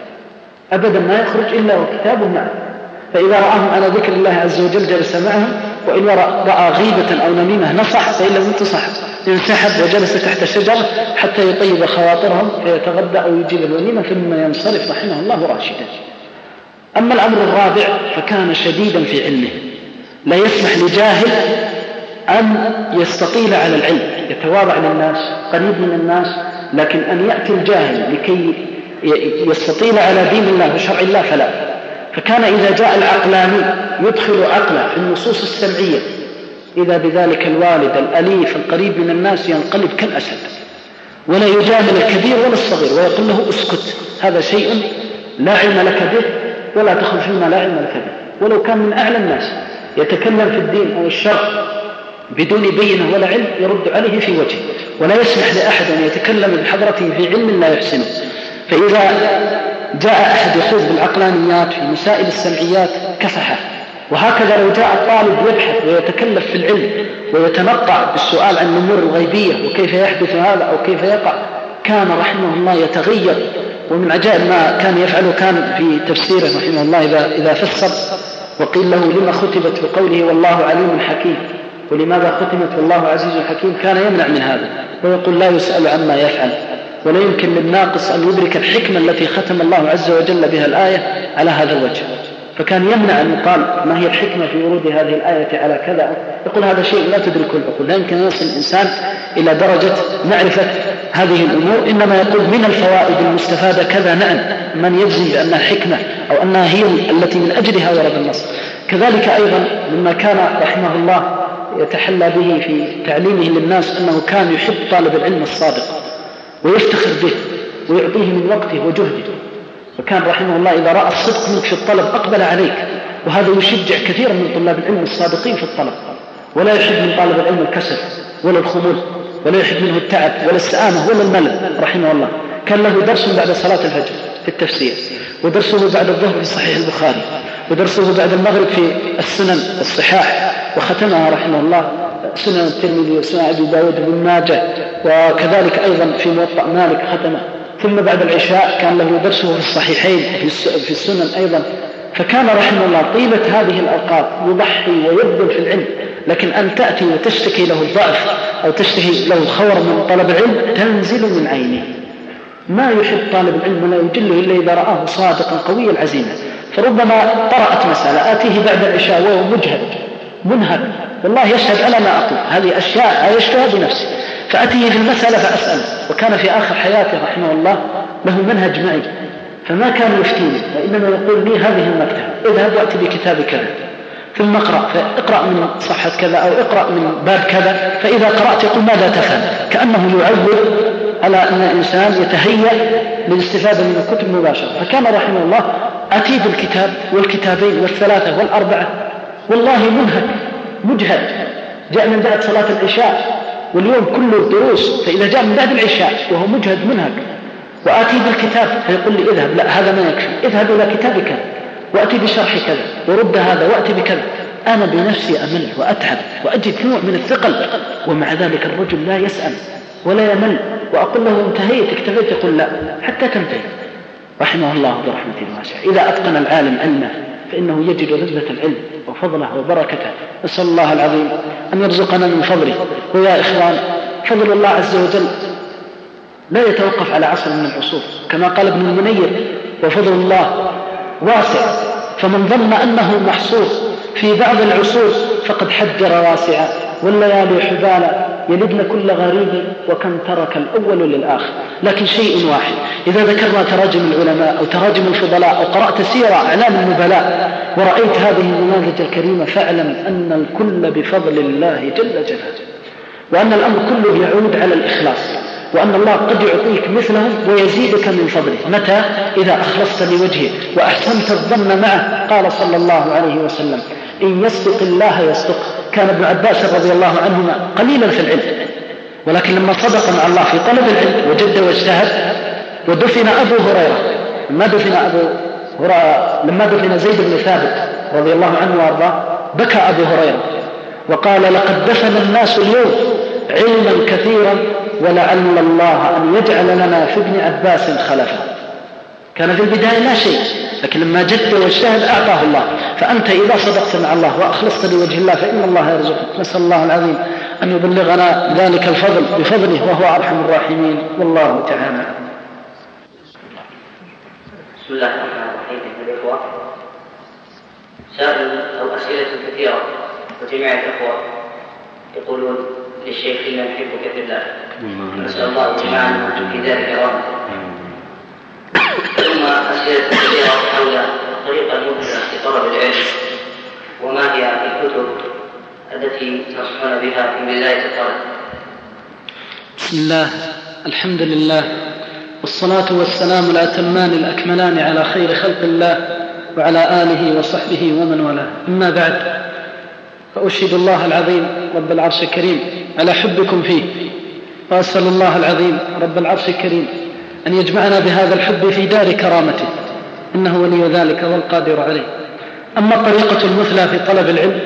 أبدا ما يخرج إلا وكتابه معه. فإذا رآهم على ذكر الله عز وجل جلس معهم، وإن رأى غيبة أو نميمة نصح، فإن لم ينتصح ينسحب وجلس تحت الشجرة حتى يطيب خواطرهم فيتغدى أو يجيب الوليمة ثم ينصرف رحمه الله راشدا. أما الأمر الرابع فكان شديدا في علمه، لا يسمح لجاهل أن يستطيل على العلم، يتواضع للناس قريب من الناس، لكن أن يأتي الجاهل لكي يستطيل على دين الله وشرع الله فلا. فكان إذا جاء العقلاني يدخل عقله في النصوص السمعية، إذا بذلك الوالد الأليف القريب من الناس ينقلب كالأسد، ولا يجامل الكبير ولا الصغير، ويقول له اسكت، هذا شيء لا علم لك به، ولا تخل فيما لا علم لك به. ولو كان من أعلى الناس يتكلم في الدين أو الشرع بدون بينة ولا علم يرد عليه في وجهه، ولا يسمح لأحد أن يتكلم بحضرته في علم لا يحسنه. فإذا جاء أحد يخوض بالعقلانيات في مسائل السمعيات كفحه. وهكذا لو جاء الطالب يبحث ويتكلف في العلم ويتنقع بالسؤال عن الأمور الغيبية وكيف يحدث هذا أو كيف يقع، كان رحمه الله يتغير. ومن عجائب ما كان يفعله كان في تفسيره رحمه الله إذا, إذا فسر وقيل له لما ختمت بقوله والله عليم حكيم، ولماذا ختمت والله عزيز حكيم، كان يمنع من هذا ويقول لا يسأل عما يفعل، ولا يمكن للناقص أن يدرك الحكمة التي ختم الله عز وجل بها الآية على هذا الوجه. فكان يمنع أن يقال ما هي الحكمة في ورود هذه الآية على كذا، يقول هذا شيء لا تدركه العقول، لا يمكن أن يصل الإنسان إلى درجة معرفة هذه الأمور، إنما يقول من الفوائد المستفادة كذا، نعم، من يجزم بأنها حكمة أو أنها هي التي من أجلها ورد النص. كذلك أيضا مما كان رحمه الله يتحلى به في تعليمه للناس أنه كان يحب طالب العلم الصادق ويفتخر به ويعطيه من وقته وجهده. فكان رحمه الله إذا رأى الصدق منك في الطلب أقبل عليك، وهذا يشجع كثيرا من طلاب العلم الصادقين في الطلب، ولا يحب من طالب العلم الكسل ولا الخمول، ولا يحب منه التعب ولا السآمة ولا الملل رحمه الله. كان له درس بعد صلاة الفجر في التفسير، ودرسه بعد الظهر في صحيح البخاري، ودرسه بعد المغرب في السنن الصحاح، وختمها رحمه الله سنن الترمذي وسنن أبي داود بن ماجه، وكذلك أيضا في موطأ مالك ختمه. ثم بعد العشاء كان له درسه في الصحيحين في السنن أيضا. فكان رحمه الله طيلة هذه الأوقات يضحي ويبذل في العلم، لكن أن تأتي وتشتكي له الضعف أو تشتكي له الخور من طلب العلم تنزل من عينه. ما يحب طالب العلم ولا يجله إلا إذا رآه صادقا قوي العزيمة. فربما طرأت مسألة آتيه بعد العشاء وهو مجهد منهك، والله يشهد على ما أقول، هذه أشياء عايشتها بنفسي، فأتيه في المسألة فأسأله. وكان في آخر حياته رحمه الله له منهج معي، فما كان يفتيني وإنما يقول لي هذه المكتبة، اذهب وأتي بكتاب كذا، ثم اقرأ اقرأ من صفحة كذا أو اقرأ من باب كذا، فإذا قرأت يقول ماذا تفهم، كأنه يعود على أن الإنسان يتهيأ للاستفادة من الكتب مباشرة. فكان رحمه الله أتي بالكتاب والكتابين والثلاثة والأربعة، والله منهك مجهد، جاء من بعد صلاة العشاء واليوم كله دروس، فإذا جاء من بعد العشاء وهو مجهد منهك وآتي بالكتاب فيقول لي اذهب، لا هذا ما يكفي، اذهب إلى كتاب كذا وأتي بشرح كذا ورد هذا وأتي بكذا. أنا بنفسي أمل وأتعب وأجد نوع من الثقل، ومع ذلك الرجل لا يسأل ولا يمل، وأقول له انتهيت اكتفيت، يقول لا حتى تنتهي. رحمه الله برحمته الواسعة. إذا أتقن العالم علمه فإنه يجد لذة العلم وفضله وبركته. نسأل الله العظيم أن يرزقنا من فضله. ويا إخوان، فضل الله عز وجل لا يتوقف على عصر من العصور، كما قال ابن المنير: وفضل الله واسع، فمن ظن أنه محصور في بعض العصور فقد حجر واسعا، والليالي حبالا يلدن كل غريب، وكم ترك الأول للآخر. لكن شيء واحد، إذا ذكرنا تراجم العلماء أو تراجم الفضلاء أو قرأت سيرة أعلام النبلاء ورأيت هذه النماذج الكريمة، فاعلم أن الكل بفضل الله جل جلاله، وأن الأمر كله يعود على الإخلاص، وأن الله قد يعطيك مثلهم ويزيدك من فضله متى إذا أخلصت لوجهه وأحسنت الظن معه. قال صلى الله عليه وسلم: إن يصدق الله يصدق. كان ابن عباس رضي الله عنهما قليلا في العلم، ولكن لما صدق مع الله في طلب العلم وجد واجتهد. ودفن أبو هريرة لما دفن أبو هريرة لما دفن زيد بن ثابت رضي الله عنه وارضاه بكى أبو هريرة وقال: لقد دفن الناس اليوم علما كثيرا، ولعل الله أن يجعل لنا في ابن عباس خلفا. كان في البداية لا شيء، لكن لما جد واجتهد أعطاه الله. فأنت إذا صدقت مع الله وأخلصت لوجه الله فإن الله يرزقك. نسأل الله العظيم أن يبلغنا ذلك الفضل بفضله، وهو أرحم الراحمين، والله تعالى. بسم الله الرحمن الرحيم. الإخوة، سائل أو أسئلة كثيرة، وجميع الإخوة يقولون للشيخ: إنا نحبك في الله، نسأل الله جميعا في ذلك رحمة. ثم أسئلة كثيرة حول الطريقة المثلى في طلب العلم، وما هي الكتب التي تنصحون بها في بداية الطلب؟ بسم الله، الحمد لله، والصلاة والسلام الأتمان الأكملان على خير خلق الله وعلى آله وصحبه ومن والاه. أما بعد، فأشهد الله العظيم رب العرش الكريم على حبكم فيه، وأسأل الله العظيم رب العرش الكريم أن يجمعنا بهذا الحب في دار كرامته، إنه ولي ذلك والقادر عليه. أما الطريقة المثلى في طلب العلم،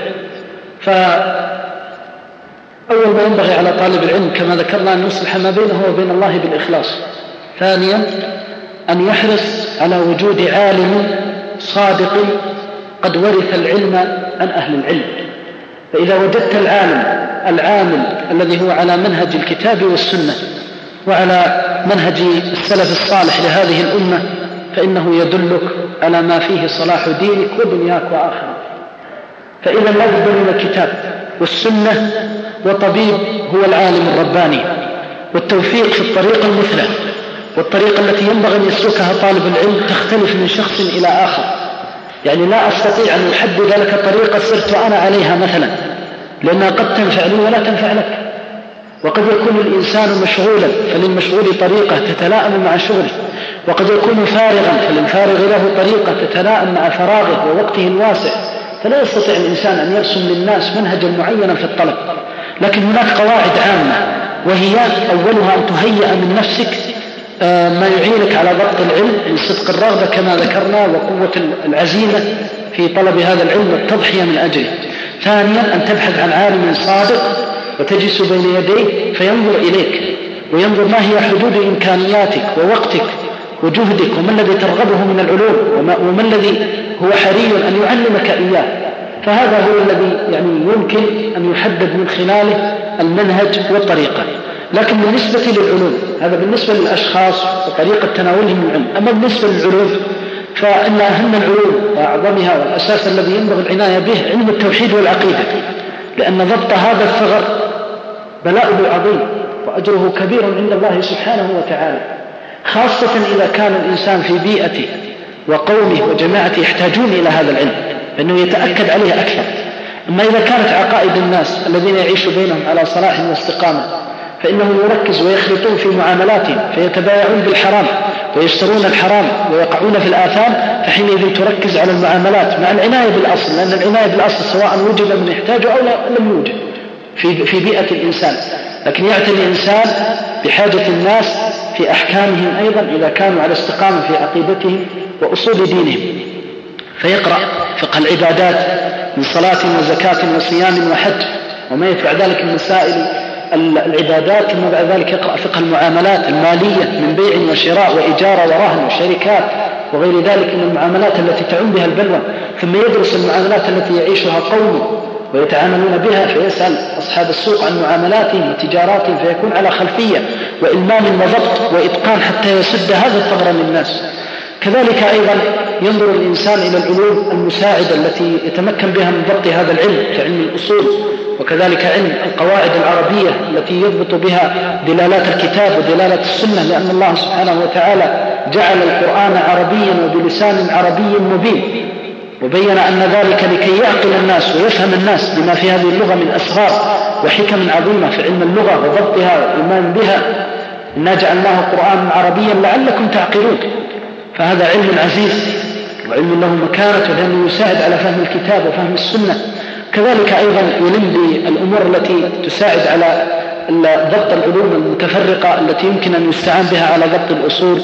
فأول ما ينبغي على طالب العلم كما ذكرنا أن يصلح ما بينه وبين الله بالإخلاص. ثانيا، أن يحرص على وجود عالم صادق قد ورث العلم عن أهل العلم. فإذا وجدت العالم العامل الذي هو على منهج الكتاب والسنة وعلى منهج السلف الصالح لهذه الأمة، فإنه يدلك على ما فيه صلاح دينك ودنياك وآخرتك. فإذا لا بد من الكتاب والسنة، وطبيب هو العالم الرباني، والتوفيق في الطريقة المثلى. والطريقة التي ينبغي أن يسلكها طالب العلم تختلف من شخص إلى آخر، يعني لا أستطيع أن أحدد لك طريقة صرت أنا عليها مثلا، لأنها قد تنفع لي ولا تنفع لك. وقد يكون الإنسان مشغولا فللمشغول طريقة تتلائم مع شغله، وقد يكون فارغا فللفارغ له طريقة تتلائم مع فراغه ووقته الواسع. فلا يستطيع الإنسان أن يرسم للناس منهجا معينا في الطلب، لكن هناك قواعد عامة، وهي أولها أن تهيئ من نفسك ما يعينك على ضبط العلم من صدق الرغبة كما ذكرنا، وقوة العزيمة في طلب هذا العلم والتضحية من أجله. ثانيا، أن تبحث عن عالم صادق وتجلس بين يديه فينظر إليك وينظر ما هي حدود إمكانياتك ووقتك وجهدك، وما الذي ترغبه من العلوم، وما الذي هو حري أن يعلمك إياه. فهذا هو الذي يعني يمكن أن يحدد من خلاله المنهج والطريقة. لكن بالنسبة للعلوم، هذا بالنسبة للأشخاص وطريقة تناولهم العلم. أما بالنسبة للعلوم فإن أهم العلوم وأعظمها والأساس الذي ينبغي العناية به علم التوحيد والعقيدة، لأن ضبط هذا الثغر بلاؤه عظيم وأجره كبير عند الله سبحانه وتعالى، خاصة إذا كان الإنسان في بيئته وقومه وجماعته يحتاجون إلى هذا العلم، فإنه يتأكد عليه أكثر. أما إذا كانت عقائد الناس الذين يعيش بينهم على صلاح واستقامة فإنه يركز ويخلطون في معاملاتهم فيتبايعون بالحرام ويشترون الحرام ويقعون في الآثام، فحينئذ تركز على المعاملات مع العناية بالأصل، لأن العناية بالأصل سواء وجد من يحتاج أو لم يوجد في في بيئة الإنسان، لكن يعتني الإنسان بحاجة الناس في أحكامهم أيضا إذا كانوا على استقامة في عقيدتهم وأصول دينهم، فيقرأ فقه العبادات من صلاة وزكاة وصيام وحج وما يتبع ذلك من مسائل العبادات، ثم بعد ذلك يقرأ فقه المعاملات المالية من بيع وشراء وإجارة ورهن وشركات وغير ذلك من المعاملات التي تعم بها البلوى، ثم يدرس المعاملات التي يعيشها قومه ويتعاملون بها، فيسأل أصحاب السوق عن معاملاتهم وتجاراتهم فيكون على خلفية وإلمام وضبط وإتقان حتى يسد هذا الثغر من الناس. كذلك أيضا ينظر الإنسان إلى العلوم المساعدة التي يتمكن بها من ضبط هذا العلم كعلم الأصول، وكذلك علم القواعد العربية التي يضبط بها دلالات الكتاب ودلالات السنة، لأن الله سبحانه وتعالى جعل القرآن عربيا وبلسان عربي مبين، وبين أن ذلك لكي يعقل الناس ويفهم الناس بما في هذه اللغة من أسرار وحكم عظيمة في علم اللغة وضبطها والإيمان بها. إنا جعلناه قرآنا عربيا لعلكم تعقلون، فهذا علم عزيز وعلم له مكانة لأنه يساعد على فهم الكتاب وفهم السنة. كذلك أيضا يلم بالأمور التي تساعد على ضبط العلوم المتفرقة التي يمكن أن يستعان بها على ضبط الأصول،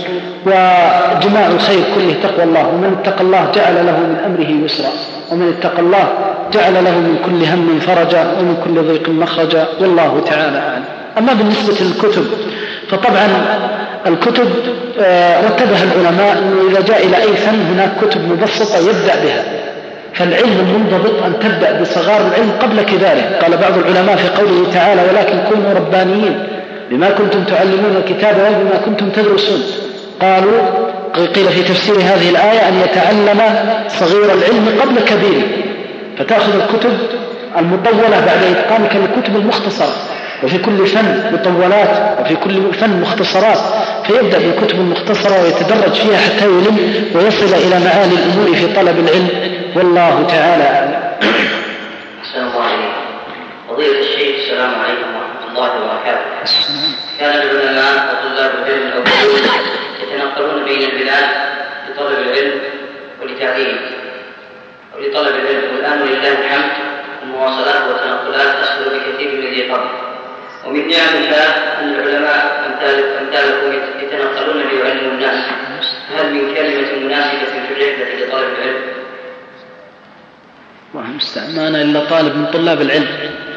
وجماع الخير كله تقوى الله، ومن اتقى الله جعل له من أمره يسرا، ومن اتقى الله جعل له من كل هم فرجا ومن كل ضيق مخرجا، والله تعالى أعلم. أما بالنسبة للكتب فطبعا الكتب رتبها العلماء أنه إذا جاء إلى أي فن هناك كتب مبسطة يبدأ بها، فالعلم المنضبط أن تبدأ بصغار العلم قبل كذلك. قال بعض العلماء في قوله تعالى ولكن كونوا ربانيين بما كنتم تعلمون الكتاب وبما كنتم تدرسون، قالوا قيل في تفسير هذه الآية أن يتعلم صغير العلم قبل كبير، فتأخذ الكتب المطولة بعد إتقانك للكتب المختصرة، وفي كل فن مطولات وفي كل فن مختصرات، فيبدأ بالكتب المختصرة ويتدرج فيها حتى يلم ويصل إلى معالي الأمور في طلب العلم، والله تعالى أعلم. أحسن الله عليكم. فضيلة الشيخ السلام عليكم ورحمة الله وبركاته. كان العلماء وطلاب العلم الأولون يتنقلون بين البلاد لطلب العلم ولتعليمه أو لطلب العلم، والآن ولله الحمد المواصلات والتنقلات أسهل بكثير من ذي قبل، ومن نعم الله أن العلماء أمثالكم يتنقلون ليعلموا الناس، هل من كلمة مناسبة في الرحلة لطلب العلم؟ الله المستعان، أنا إلا طالب من طلاب العلم،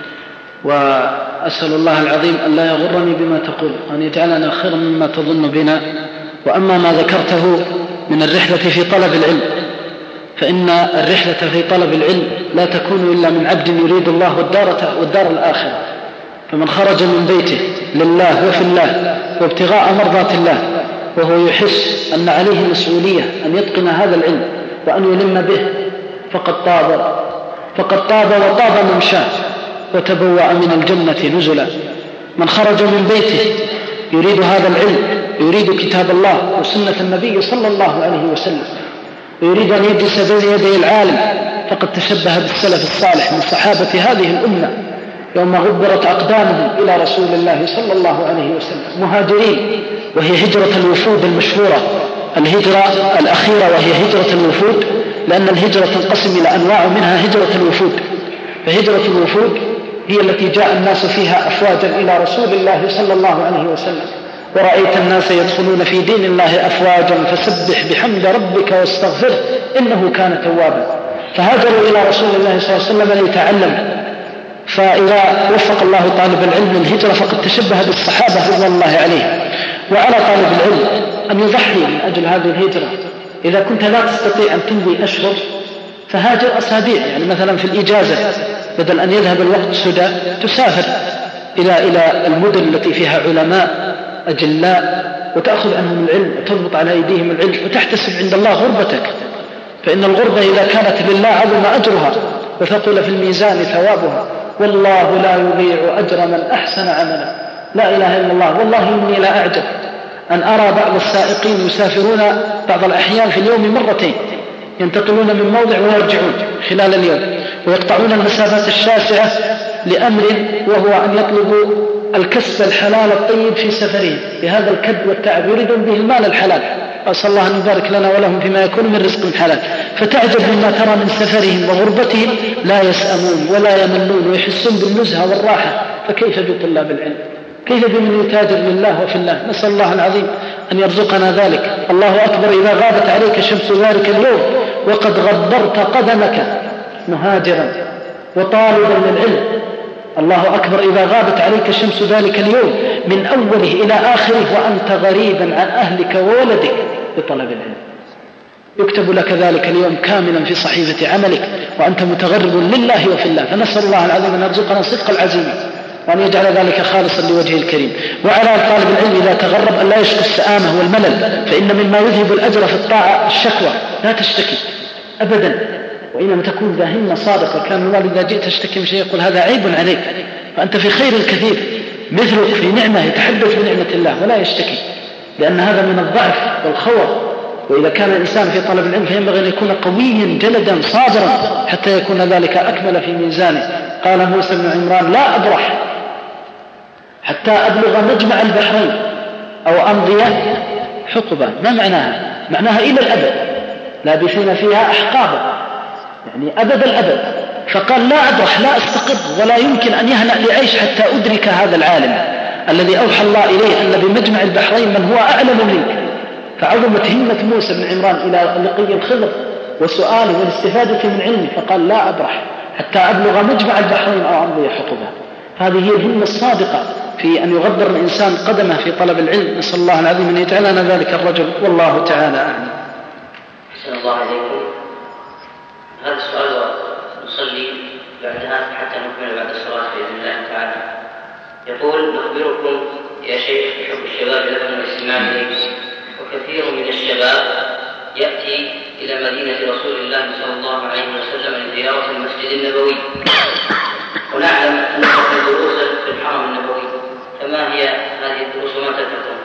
وأسأل الله العظيم أن لا يغرني بما تقول وأن يجعلنا خيرا مما تظن بنا. وأما ما ذكرته من الرحلة في طلب العلم فإن الرحلة في طلب العلم لا تكون إلا من عبد يريد الله والدار, والدار الآخرة، فمن خرج من بيته لله وفي الله وابتغاء مرضات الله وهو يحس أن عليه مسؤولية أن يتقن هذا العلم وأن يلم به فقد طاب فقد طاب وطاب ممشاه وتبوأ من الجنة نزلا. من خرج من بيته يريد هذا العلم، يريد كتاب الله وسنة النبي صلى الله عليه وسلم، ويريد أن يجلس بين يدي العالم، فقد تشبه بالسلف الصالح من صحابة هذه الأمة يوم غبرت أقدامهم إلى رسول الله صلى الله عليه وسلم مهاجرين، وهي هجرة الوفود المشهورة، الهجرة الأخيرة وهي هجرة الوفود، لأن الهجرة تنقسم إلى أنواع، منها هجرة الوفود. فهجرة الوفود هي التي جاء الناس فيها أفواجا إلى رسول الله صلى الله عليه وسلم، ورأيت الناس يدخلون في دين الله أفواجا فسبح بحمد ربك واستغفره إنه كان توابا. فهاجروا إلى رسول الله صلى الله عليه وسلم ليتعلموا. فإذا وفق الله طالب العلم للهجرة فقد تشبه بالصحابة رضي الله عليهم. وعلى طالب العلم أن يضحي من أجل هذه الهجرة. إذا كنت لا تستطيع أن تمضي أشهر فهاجر أسابيع، يعني مثلا في الإجازة بدل أن يذهب الوقت سدى تسافر إلى إلى المدن التي فيها علماء أجلاء وتأخذ عنهم العلم وتضبط على أيديهم العلم وتحتسب عند الله غربتك، فإن الغربة إذا كانت لله عظم أجرها وثقل في الميزان ثوابها، والله لا يضيع أجر من أحسن عملا. لا إله إلا الله. والله إني لا أعجب أن أرى بعض السائقين يسافرون بعض الأحيان في اليوم مرتين، ينتقلون من موضع ويرجعون خلال اليوم، ويقطعون المسافات الشاسعة لأمر وهو أن يطلبوا الكسب الحلال الطيب في سفرهم بهذا الكد والتعب، يريدون به المال الحلال. أسأل الله أن يبارك لنا ولهم فيما يكون من رزق حلال. فتعجب مما ترى من سفرهم وغربتهم، لا يسأمون ولا يملون ويحسون بالنزهة والراحة. فكيف بطلاب العلم؟ كيف بمن يتاجر لله وفي الله؟ نسأل الله العظيم أن يرزقنا ذلك. الله أكبر إذا غابت عليك شمس ذلك اليوم وقد غبرت قدمك مهاجرا وطالبا للعلم. الله أكبر إذا غابت عليك شمس ذلك اليوم من أوله إلى آخره وأنت غريبا عن أهلك وولدك بطلب العلم. يكتب لك ذلك اليوم كاملا في صحيفة عملك وأنت متغرب لله وفي الله. فنسأل الله العظيم أن يرزقنا صدق العزيمة وأن يجعل ذلك خالصا لوجهه الكريم. وعلى طالب العلم إذا تغرب أن لا يشكو السآمة والملل، فإن مما يذهب الأجر في الطاعة الشكوى. لا تشتكي أبدا، وإنما تكون ذا همة صادقة. كان الوالد إذا جئت تشتكي من شيء يقول هذا عيب عليك، فأنت في خير الكثير. مثلك في نعمة يتحدث بنعمة الله ولا يشتكي، لأن هذا من الضعف والخور. وإذا كان الإنسان في طلب العلم فينبغي أن يكون قويا جلدا صابرا حتى يكون ذلك أكمل في ميزانه. قال موسى بن عمران لا أبرح حتى أبلغ مجمع البحرين أو أمضي حقبا. ما معناها؟ معناها إلى الأبد، لابثين فيها أحقابا، يعني أبد الأبد. فقال لا أبرح، لا أستقر، ولا يمكن أن يهنأ لعيش حتى أدرك هذا العالم الذي أوحى الله إليه أن بمجمع البحرين من هو أعلم منك. فعظمت همة موسى بن عمران إلى لقي الخضر وسؤاله والاستفادة من علمه، فقال لا أبرح حتى أبلغ مجمع البحرين أو أمضي حقبا. هذه هي الهمة الصادقة في أن يغبر الإنسان قدمه في طلب العلم. نسأل الله العظيم أن يجعلنا ذلك الرجل، والله تعالى أعلم. أحسن الله عليكم. هذا السؤال نصلي بعدها حتى نكمل بعد الصلاة بإذن الله تعالى. يقول نخبركم يا شيخ بحب الشباب لكم والاستماع إليكم، وكثير من الشباب يأتي إلى مدينة رسول الله صلى الله عليه وسلم لزيارة المسجد النبوي، ونعلم أن هناك دروس في الحرم النبوي، فما هي هذه الدروس وما تفعلون؟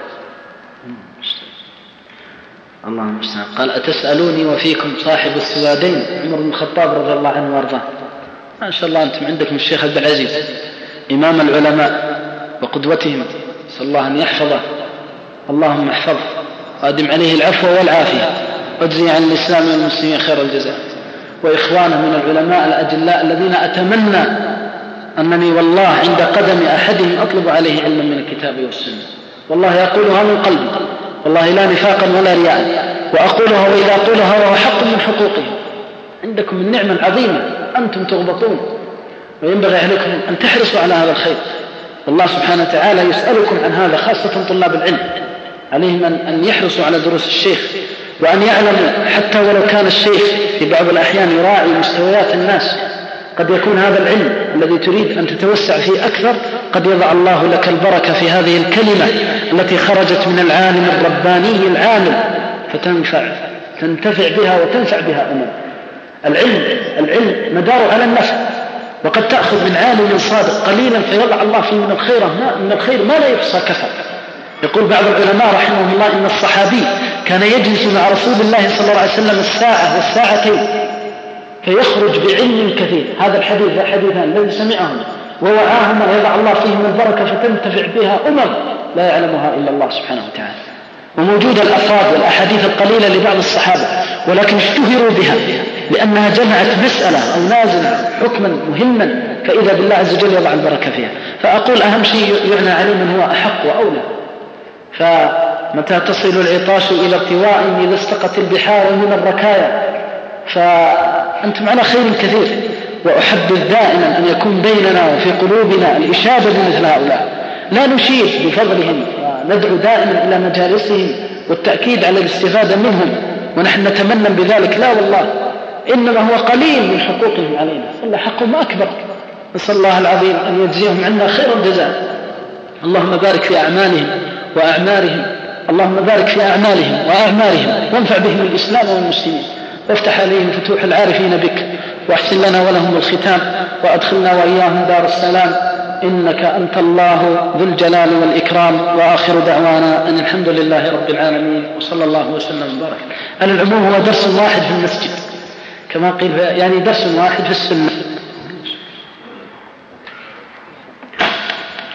الله المستعان. قال أتسألوني وفيكم صاحب السوادين عمر بن الخطاب رضي الله عنه وارضاه. ما شاء الله أنتم عندكم الشيخ عبد العزيز إمام العلماء وقدوتهم، صلى الله أن يحفظه. اللهم احفظه وأدم عليه العفو والعافية، واجزي عن الإسلام والمسلمين خير الجزاء، وإخوانه من العلماء الأجلاء الذين أتمنى أنني والله عند قدم أحدهم أطلب عليه علما من الكتاب والسنة. والله أقولها من قلبي، والله لا نفاقا ولا رياء، وأقولها وإذا أقولها وهو حق من حقوقهم. عندكم من نعمة عظيمة أنتم تغبطون، وينبغي عليكم أن تحرصوا على هذا الخير. والله سبحانه وتعالى يسألكم عن هذا، خاصة طلاب العلم عليهم أن يحرصوا على دروس الشيخ، وأن يعلموا حتى ولو كان الشيخ في بعض الأحيان يراعي مستويات الناس، قد يكون هذا العلم الذي تريد أن تتوسع فيه أكثر قد يضع الله لك البركة في هذه الكلمة التي خرجت من العالم الرباني العامل، فتنفع تنتفع بها وتنفع بها أمم. العلم العلم مدار على النفع، وقد تأخذ من عالم صادق قليلا فيضع الله فيه من الخير ما, من الخير ما لا يحصى كفر. يقول بعض العلماء رحمه الله إن الصحابي كان يجلس مع رسول الله صلى الله عليه وسلم الساعة والساعتين فيخرج بعلم كثير. هذا الحديث ذا حديثان الذي سمعهما ووعاهما يضع الله فيه من البركة فتنتفع بها أمم لا يعلمها إلا الله سبحانه وتعالى. وموجود الأفراد والأحاديث القليلة لبعض الصحابة، ولكن اشتهروا بها لأنها جمعت مسألة أو نازلة حكما مهما، فإذا بالله عز وجل يضع البركة فيها. فأقول أهم شيء يعنى عليه من هو أحق وأولى. فمتى تصل العطاش إلى ارتواء إذا استقت البحار من الركايا، فأنتم على خير كثير. وأحبذ دائما أن يكون بيننا وفي قلوبنا الإشادة بمثل هؤلاء، لا نشيد بفضلهم وندعو دائما إلى مجالسهم والتأكيد على الاستفادة منهم، ونحن نتمنى بذلك. لا والله، إنما هو قليل من حقوقهم علينا، إلا حقهم أكبر. نسأل الله العظيم أن يجزيهم عنا خير الجزاء. اللهم بارك في أعمالهم وأعمارهم، اللهم بارك في أعمالهم وأعمارهم، وانفع بهم الإسلام والمسلمين، وافتح عليهم فتوح العارفين بك، واحسن لنا ولهم الختام، وأدخلنا وإياهم دار السلام، إنك أنت الله ذو الجلال والإكرام. وآخر دعوانا أن الحمد لله رب العالمين، وصلى الله وسلم وبارك. على العموم هو درس واحد في المسجد كما قيل، يعني درس واحد في السنة.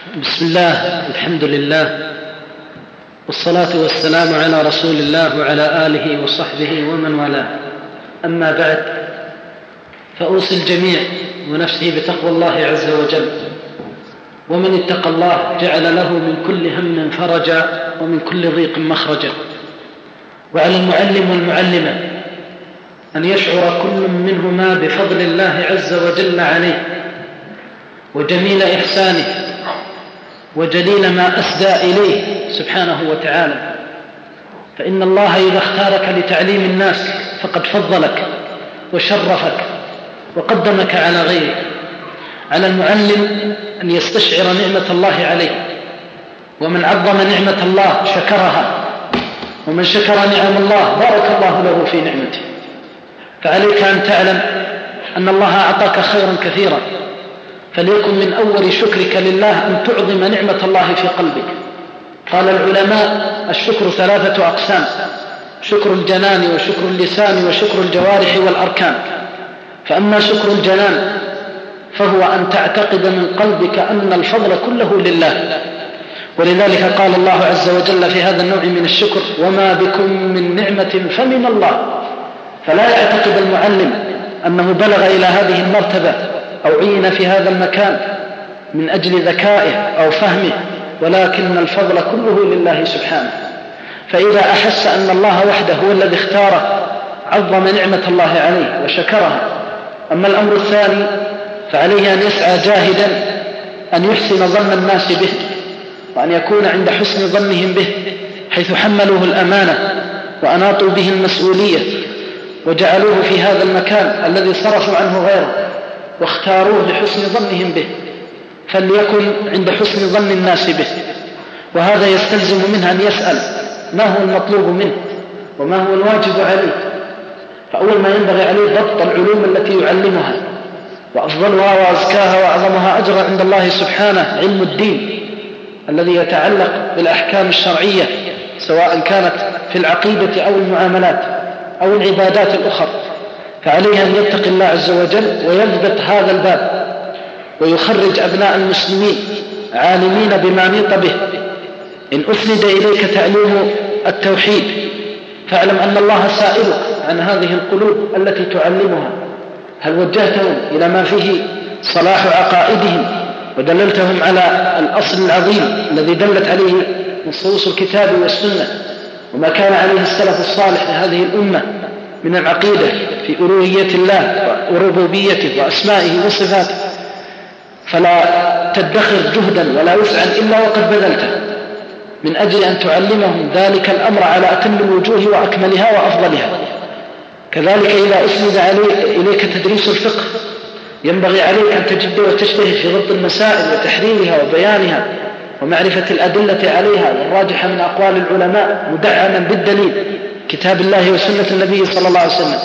بسم الله، الحمد لله، والصلاة والسلام على رسول الله وعلى آله وصحبه ومن والاه. أما بعد، فأوصي الجميع ونفسه بتقوى الله عز وجل. ومن اتقى الله جعل له من كل هم فرجا ومن كل ضيق مخرجا. وعلى المعلم والمعلمة أن يشعر كل منهما بفضل الله عز وجل عليه وجميل إحسانه وجليل ما أسدى إليه سبحانه وتعالى. فإن الله إذا اختارك لتعليم الناس فقد فضلك وشرفك وقدمك على غيرك. على المعلم أن يستشعر نعمة الله عليه، ومن عظم نعمة الله شكرها، ومن شكر نعم الله بارك الله له في نعمته. فعليك أن تعلم أن الله أعطاك خيرا كثيرا، فليكن من أول شكرك لله أن تعظم نعمة الله في قلبك. قال العلماء: الشكر ثلاثة أقسام: شكر الجنان وشكر اللسان وشكر الجوارح والأركان. فأما شكر الجنان فهو أن تعتقد من قلبك أن الفضل كله لله، ولذلك قال الله عز وجل في هذا النوع من الشكر: وما بكم من نعمة فمن الله. فلا يعتقد المعلم أنه بلغ إلى هذه المرتبة أو عين في هذا المكان من أجل ذكائه أو فهمه، ولكن الفضل كله لله سبحانه. فإذا أحس أن الله وحده هو الذي اختاره عظم نعمة الله عليه وشكرها. أما الأمر الثاني فعليه أن يسعى جاهدا أن يحسن ظن الناس به، وأن يكون عند حسن ظنهم به، حيث حملوه الأمانة وأناطوا به المسؤولية وجعلوه في هذا المكان الذي صرفوا عنه غيره واختاروه لحسن ظنهم به، فليكن عند حسن ظن الناس به. وهذا يستلزم منه أن يسأل ما هو المطلوب منه وما هو الواجب عليه. فأول ما ينبغي عليه ضبط العلوم التي يعلمها، وأفضلها وأزكاها وأعظمها أجرا عند الله سبحانه علم الدين الذي يتعلق بالأحكام الشرعية، سواء كانت في العقيدة أو المعاملات أو العبادات الأخرى. فعليه أن يتقي الله عز وجل ويضبط هذا الباب، ويخرج أبناء المسلمين عالمين بما نيط به. إن أسند إليك تعليم التوحيد فاعلم أن الله سائلك عن هذه القلوب التي تعلمها، هل وجهتهم إلى ما فيه صلاح عقائدهم ودللتهم على الأصل العظيم الذي دلت عليه نصوص الكتاب والسنة وما كان عليه السلف الصالح لهذه الأمة من العقيدة في ألوهية الله وربوبيته وأسمائه وصفاته. فلا تدخر جهدا ولا وسعا إلا وقد بذلته من أجل أن تعلمهم ذلك الأمر على أتم الوجوه وأكملها وأفضلها. كذلك إذا أسند إليك تدريس الفقه ينبغي عليك أن تجد وتجتهد في ضبط المسائل وتحريرها وبيانها ومعرفة الأدلة عليها والراجحة من أقوال العلماء مدعما بالدليل كتاب الله وسنة النبي صلى الله عليه وسلم.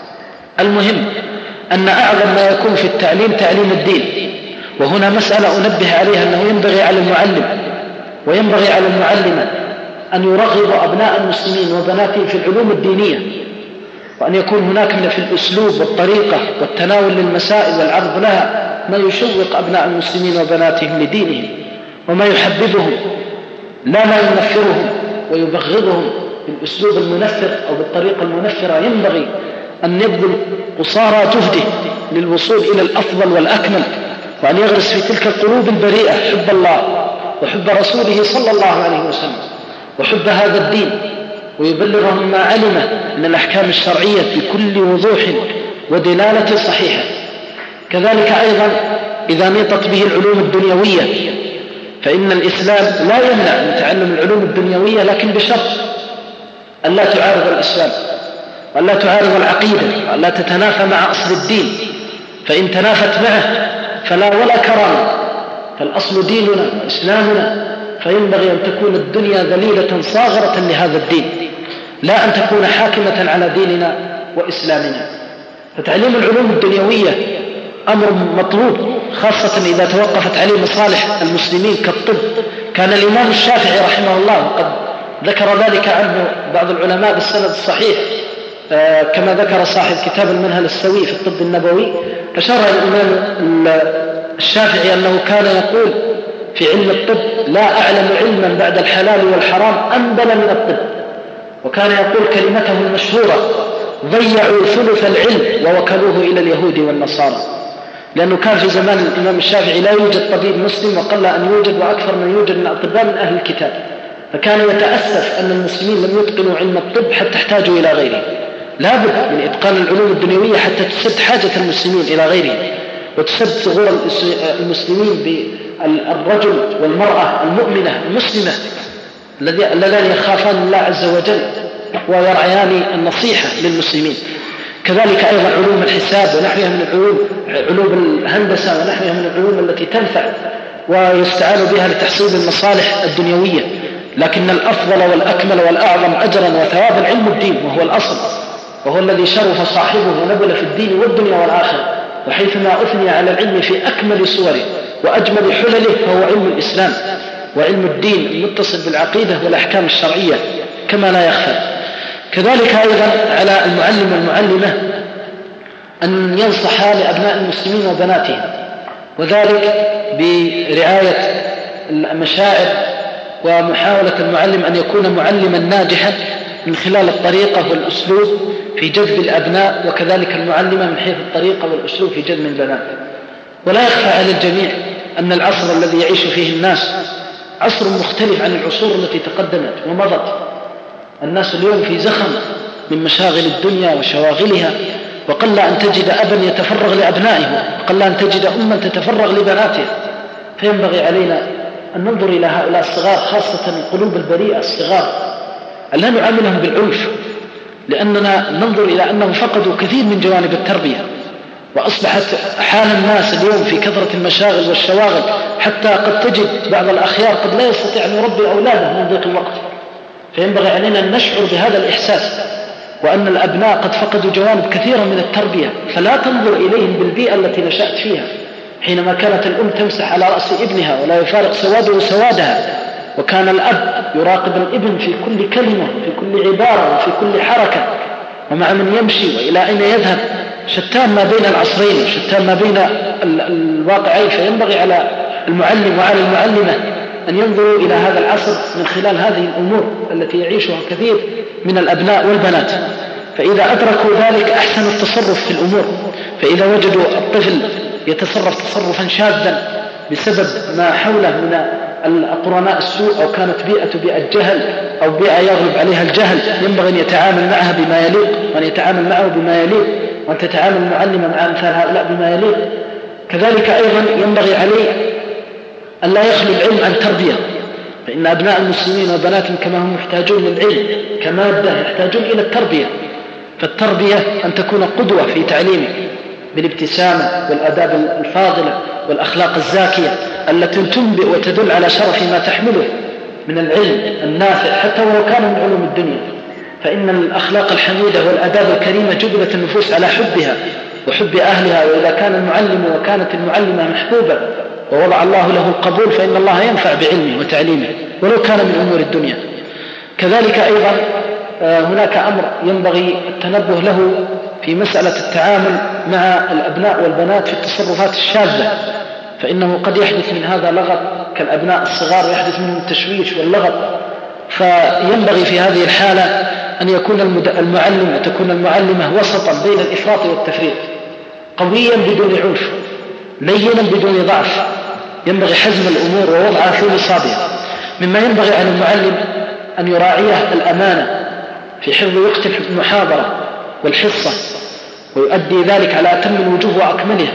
المهم أن أعظم ما يكون في التعليم تعليم الدين. وهنا مسألة أنبه عليها، أنه ينبغي على المعلم وينبغي على المعلمة أن يرغب أبناء المسلمين وبناتهم في العلوم الدينية، وأن يكون هناك من في الأسلوب والطريقة والتناول للمسائل والعرض لها ما يشوق أبناء المسلمين وبناتهم لدينهم، وما يحببهم لا ما ينفرهم ويبغضهم بالأسلوب المنفر أو بالطريقة المنفرة. ينبغي أن يبذل قصارى جهده للوصول إلى الأفضل والأكمل، وأن يغرس في تلك القلوب البريئة حب الله وحب رسوله صلى الله عليه وسلم وحب هذا الدين، ويبلغهم ما علمه من الأحكام الشرعية بكل وضوح ودلالة صحيحة. كذلك أيضا إذا نيطت به العلوم الدنيوية فإن الإسلام لا يمنع من تعلم العلوم الدنيوية، لكن بشرط أن لا تعارض الإسلام وأن لا تعارض العقيدة وأن لا تتنافى مع أصل الدين. فإن تنافت معه فلا ولا كرامة، فالأصل ديننا وإسلامنا، فينبغي أن تكون الدنيا ذليلة صاغرة لهذا الدين، لا أن تكون حاكمة على ديننا وإسلامنا. فتعليم العلوم الدنيوية أمر مطلوب، خاصة إذا توقفت عليه مصالح المسلمين كالطب. كان الإمام الشافعي رحمه الله وقد ذكر ذلك عنه بعض العلماء بالسند الصحيح كما ذكر صاحب كتاب المنهل السوي في الطب النبوي، أشار الإمام الشافعي أنه كان يقول في علم الطب: لا أعلم علما بعد الحلال والحرام أنبل من الطب. وكان يقول كلمته المشهورة: ضيعوا ثلث العلم ووكلوه إلى اليهود والنصارى. لأنه كان في زمان الإمام الشافعي لا يوجد طبيب مسلم، وقل أن يوجد وأكثر من يوجد من الأطباء من أهل الكتاب، فكان يتأسف أن المسلمين لم يتقنوا علم الطب حتى احتاجوا إلى غيره. لا بد من إتقان العلوم الدنيوية حتى تسد حاجة المسلمين إلى غيره، وتسد ثغور المسلمين بالرجل والمرأة المؤمنة المسلمة اللذان يخافان الله عز وجل ويرعيان النصيحة للمسلمين. كذلك أيضا علوم الحساب ونحوها من العلوم، علوم الهندسة ونحوها من العلوم التي تنفع ويستعان بها لتحصيل المصالح الدنيوية. لكن الأفضل والأكمل والأعظم أجرا وثوابا علم الدين، وهو الأصل، وهو الذي شرف صاحبه ونبل في الدين والدنيا والآخرة. وحيثما أثني على العلم في أكمل صوره وأجمل حلله فهو علم الإسلام وعلم الدين المتصل بالعقيدة والأحكام الشرعية كما لا يخفى. كذلك أيضا على المعلم والمعلمة أن ينصحا لأبناء المسلمين وبناتهم، وذلك برعاية المشاعر ومحاولة المعلم أن يكون معلما ناجحا من خلال الطريقة والأسلوب في جذب الأبناء، وكذلك المعلمة من حيث الطريقة والأسلوب في جذب البنات. ولا يخفى على الجميع أن العصر الذي يعيش فيه الناس عصر مختلف عن العصور التي تقدمت ومضت. الناس اليوم في زخم من مشاغل الدنيا وشواغلها، وقل أن تجد أبا يتفرغ لأبنائه، وقل أن تجد أما تتفرغ لبناتها. فينبغي علينا أن ننظر إلى هؤلاء الصغار، خاصة القلوب البريئة الصغار، أن لا نعاملهم بالعنف، لأننا ننظر إلى أنهم فقدوا كثير من جوانب التربية. وأصبحت حال الناس اليوم في كثرة المشاغل والشواغل حتى قد تجد بعض الأخيار قد لا يستطيع أن يربي أولاده من ضيق الوقت. فينبغي علينا أن نشعر بهذا الإحساس، وأن الأبناء قد فقدوا جوانب كثيرة من التربية، فلا تنظر إليهم بالبيئة التي نشأت فيها. حينما كانت الأم تمسح على رأس ابنها ولا يفارق سواده سوادها، وكان الأب يراقب الابن في كل كلمة في كل عبارة وفي كل حركة، ومع من يمشي وإلى أين يذهب، شتان ما بين العصرين وشتان ما بين الواقعين. فينبغي على المعلم وعلى المعلمة أن ينظروا إلى هذا العصر من خلال هذه الأمور التي يعيشها كثير من الأبناء والبنات. فإذا أدركوا ذلك أحسن التصرف في الأمور. فإذا وجدوا الطفل يتصرف تصرفا شاذا بسبب ما حوله من القرناء السوء، أو كانت بيئة بيئة جهل أو بيئة يغلب عليها الجهل، ينبغي أن يتعامل معها بما يليق، وأن يتعامل معه بما يليق، وأن تتعامل المعلمة مع أمثال هؤلاء بما يليق. كذلك أيضا ينبغي عليه أن لا يخلو العلم عن تربية، فإن أبناء المسلمين وبناتهم كما هم محتاجون للعلم كمادة يحتاجون إلى التربية. فالتربية أن تكون قدوة في تعليمه بالابتسامة والآداب الفاضلة والأخلاق الزاكية التي تنبئ وتدل على شرف ما تحمله من العلم النافع حتى ولو كان من علوم الدنيا. فإن الأخلاق الحميدة والآداب الكريمة جبلت النفوس على حبها وحب أهلها. وإذا كان المعلم وكانت المعلمة محبوبة ووضع الله له القبول، فإن الله ينفع بعلمه وتعليمه ولو كان من أمور الدنيا. كذلك أيضا هناك أمر ينبغي التنبه له في مسألة التعامل مع الأبناء والبنات في التصرفات الشاذة، فإنه قد يحدث من هذا لغط كالأبناء الصغار، يحدث منهم التشويش واللغط. فينبغي في هذه الحالة أن يكون المعلم وتكون المعلمة وسطا بين الإفراط والتفريط، قويا بدون عنف، لينا بدون ضعف. ينبغي حزم الأمور ووضعها في نصابها. مما ينبغي على المعلم أن يراعيه الأمانة في حفظ وقت المحاضرة والحصة، ويؤدي ذلك على أتم الوجوه وأكملها،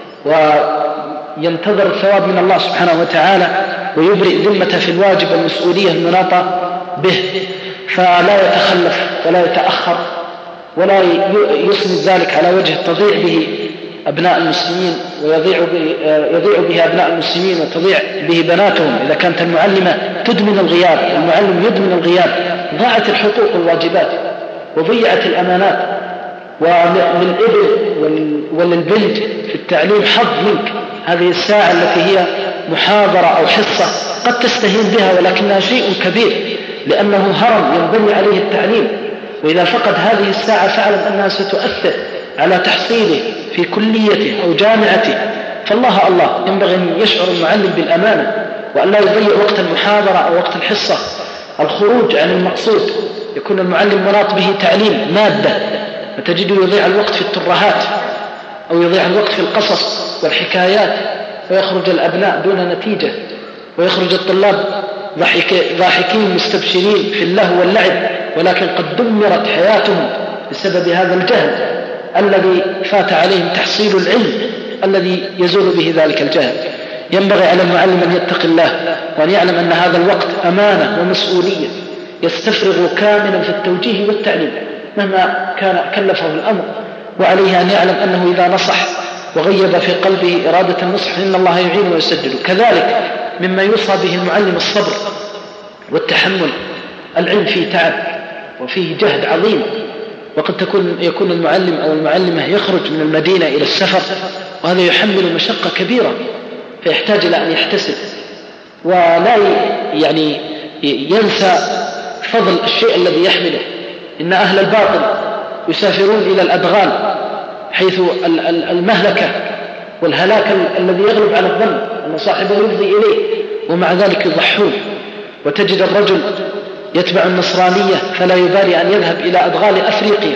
وينتظر الثواب من الله سبحانه وتعالى، ويبرئ ذمته في الواجب والمسؤولية المناطة به، فلا يتخلف ولا يتأخر ولا يسند ذلك على وجه تضيع به أبناء المسلمين ويضيع به, يضيع به أبناء المسلمين وتضيع به بناتهم. إذا كانت المعلمة تدمن الغياب والمعلم يدمن الغياب، ضاعت الحقوق والواجبات وضيعت الأمانات. وللابن وللبنت في التعليم حظ منك هذه الساعة التي هي محاضرة أو حصة قد تستهين بها، ولكنها شيء كبير لأنه هرم ينبني عليه التعليم. وإذا فقد هذه الساعة فاعلم أنها ستؤثر على تحصيله في كليته أو جامعته. فالله الله ينبغي أن يشعر المعلم بالأمانة وأن لا يضيع وقت المحاضرة أو وقت الحصة. الخروج عن المقصود، يكون المعلم مناط به تعليم مادة فتجده يضيع الوقت في الترهات أو يضيع الوقت في القصص والحكايات، ويخرج الأبناء دون نتيجة، ويخرج الطلاب ضاحكين مستبشرين في اللهو واللعب، ولكن قد دمرت حياتهم بسبب هذا الجهل الذي فات عليهم تحصيل العلم الذي يزول به ذلك الجهل. ينبغي على المعلم أن يتقي الله وأن يعلم أن هذا الوقت أمانة ومسؤولية يستفرغ كاملا في التوجيه والتعليم مهما كان كلفه الأمر، وعليه أن يعلم أنه إذا نصح وغيب في قلبه إرادة النصح فإن الله يعين ويسدد. كذلك مما يوصى به المعلم الصبر والتحمل. العلم فيه تعب وفيه جهد عظيم، وقد تكون يكون المعلم أو المعلمة يخرج من المدينة إلى السفر وهذا يحمل مشقة كبيرة، فيحتاج إلى أن يحتسب ولا يعني ينسى فضل الشيء الذي يحمله. إن أهل الباطل يسافرون إلى الأدغال حيث المهلكة والهلاك الذي يغلب على الظن أن صاحبه يفضي إليه، ومع ذلك يضحون. وتجد الرجل يتبع النصرانية فلا يبالي أن يذهب إلى أدغال أفريقيا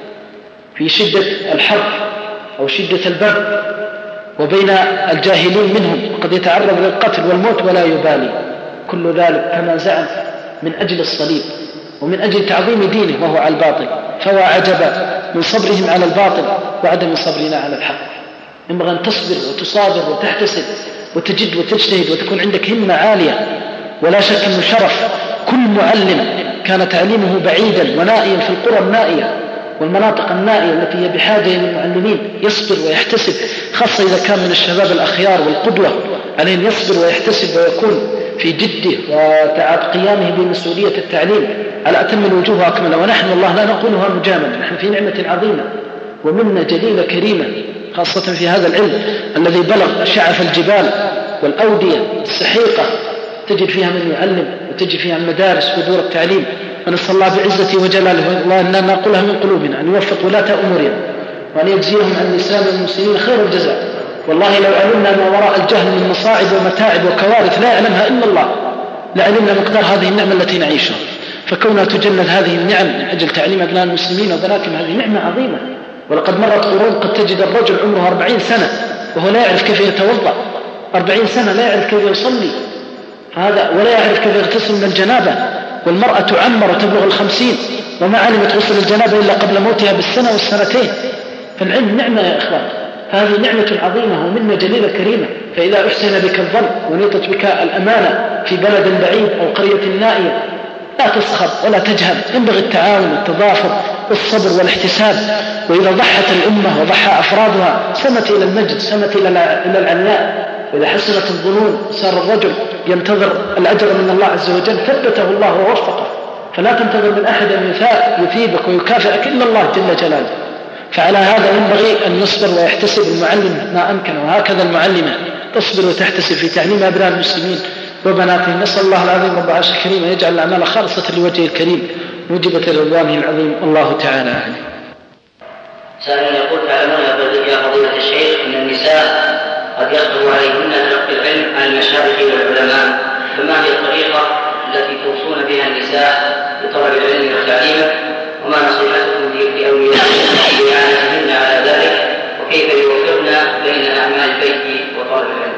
في شدة الحر أو شدة البرد وبين الجاهلين منهم، قد يتعرض للقتل والموت ولا يبالي. كل ذلك كما زعم من أجل الصليب ومن أجل تعظيم دينه وهو على الباطل. فهو عجبا من صبرهم على الباطل وعدم صبرنا على الحق. ينبغي أن تصبر وتصابر وتحتسب وتجد وتجتهد وتكون عندك همة عالية. ولا شك أنه شرف كل معلم كان تعليمه بعيدا ونائيا في القرى النائية والمناطق النائية التي هي بحاجة إلى المعلمين، يصبر ويحتسب، خاصة إذا كان من الشباب الأخيار والقدوة، عليه أن يصبر ويحتسب ويكون في جده وتعب قيامه بمسؤولية التعليم على أتم الوجوه وأكمله. ونحن الله لا نقولها مجاملة، نحن في نعمة عظيمة ومنة جليلة كريمة، خاصة في هذا العلم الذي بلغ شعف الجبال والأودية السحيقة، تجد فيها من يعلم وتجد فيها المدارس ودور التعليم. ونسأل الله بعزته وجلاله وأن نقولها من قلوبنا أن يوفق ولاة أمورنا وأن يجزيهم عن الإسلام والمسلمين خير الجزاء. والله لو علمنا ما وراء الجهل من مصاعب ومتاعب وكوارث لا يعلمها إلا الله لعلمنا مقدار هذه النعمة التي نعيشها. فكونها تجند هذه النعم من أجل تعليم أبناء المسلمين وبناتهم هذه نعمة عظيمة. ولقد مرت قرون قد تجد الرجل عمره أربعين سنة وهو لا يعرف كيف يتوضأ، أربعين سنة لا يعرف كيف يصلي هذا ولا يعرف كيف يغتسل من الجنابة. والمرأة تعمر وتبلغ الخمسين وما علمت غسل الجنابة إلا قبل موتها بالسنة والسنتين. فالعلم نعمة يا إخوان، هذه نعمة عظيمة ومنة جليلة كريمة. فإذا أحسن بك الظن ونيطت بك الأمانة في بلد بعيد أو قرية نائية لا تسخر ولا تجهل، ينبغي التعاون والتضافر والصبر والاحتساب. وإذا ضحت الأمة وضحى أفرادها سمت إلى المجد، سمت إلى العناء. وإذا حسنت الظنون صار الرجل ينتظر الأجر من الله عز وجل، ثبته الله ووفقه. فلا تنتظر من أحد أن يثيبك ويكافئك إلا الله جل جلاله. فعلى هذا ينبغي أن يصبر ويحتسب المعلم ما أمكن، وهكذا المعلمة تصبر وتحتسب في تعليم أبناء المسلمين وبناتهم. نسأل الله العظيم رب العرش الكريم أن يجعل الأعمال خالصة لوجهه الكريم موجبة رضوانه العظيم. الله تعالى أعلم. سائل يقول: تعلمون يا فضيلة الشيخ أن النساء قد يصعب عليهن تلقي العلم عن المشايخ والعلماء، فما هي الطريقة التي توصون بها النساء بطلب العلم وتعليمه؟ وما نصيحتكم لأوليائهن على ذلك؟ وكيف يوفقن بين أعمال البيت وطلب العلم؟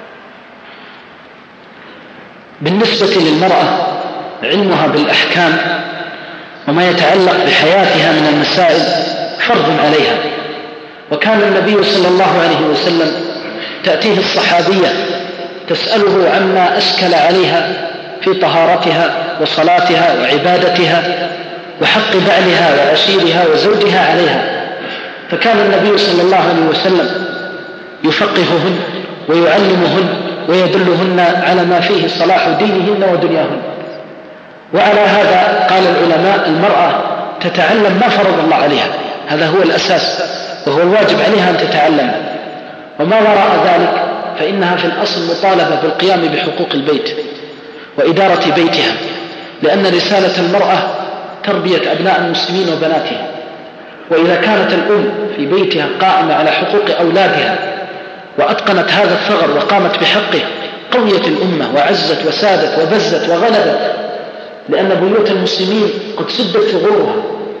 بالنسبة للمرأة علمها بالأحكام وما يتعلق بحياتها من المسائل فرض عليها. وكان النبي صلى الله عليه وسلم تأتيه الصحابية تسأله عما أشكل عليها في طهارتها وصلاتها وعبادتها وحق بعلها وعشيرها وزوجها عليها، فكان النبي صلى الله عليه وسلم يفقههن ويعلمهن ويدلهن على ما فيه صلاح دينهن ودنياهن. وعلى هذا قال العلماء: المرأة تتعلم ما فرض الله عليها، هذا هو الأساس وهو الواجب عليها أن تتعلم. وما وراء ذلك فإنها في الأصل مطالبة بالقيام بحقوق البيت وإدارة بيتها، لأن رسالة المرأة تربية أبناء المسلمين وبناتها. وإذا كانت الأم في بيتها قائمة على حقوق أولادها وأتقنت هذا الثغر وقامت بحقه قويت الأمة وعزت وسادت وبزت وغلبت، لأن بيوت المسلمين قد سدت ثغورها.